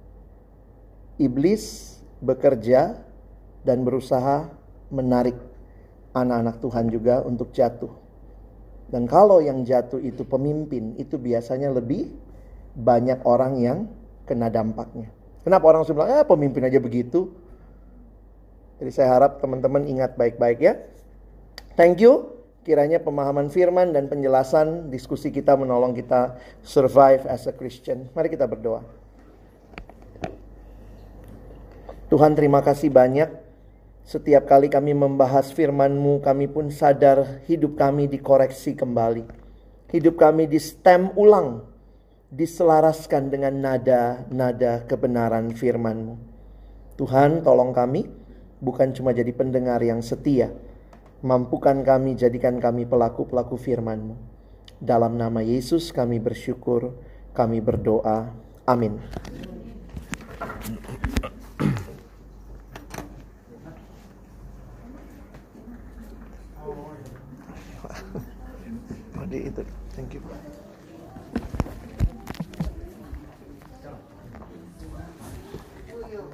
Iblis bekerja dan berusaha menarik anak-anak Tuhan juga untuk jatuh. Dan kalau yang jatuh itu pemimpin, itu biasanya lebih banyak orang yang kena dampaknya. Kenapa orang sudah bilang, pemimpin aja begitu. Jadi saya harap teman-teman ingat baik-baik ya. Thank you. Kiranya pemahaman firman dan penjelasan diskusi kita menolong kita survive as a Christian. Mari kita berdoa. Tuhan terima kasih banyak. Setiap kali kami membahas firman-Mu, kami pun sadar hidup kami dikoreksi kembali. Hidup kami di-stem ulang. Diselaraskan dengan nada-nada kebenaran firman-Mu. Tuhan tolong kami. Bukan cuma jadi pendengar yang setia. Mampukan kami, jadikan kami pelaku-pelaku firman-Mu. Dalam nama Yesus kami bersyukur, kami berdoa. Amin. Itu, thank you.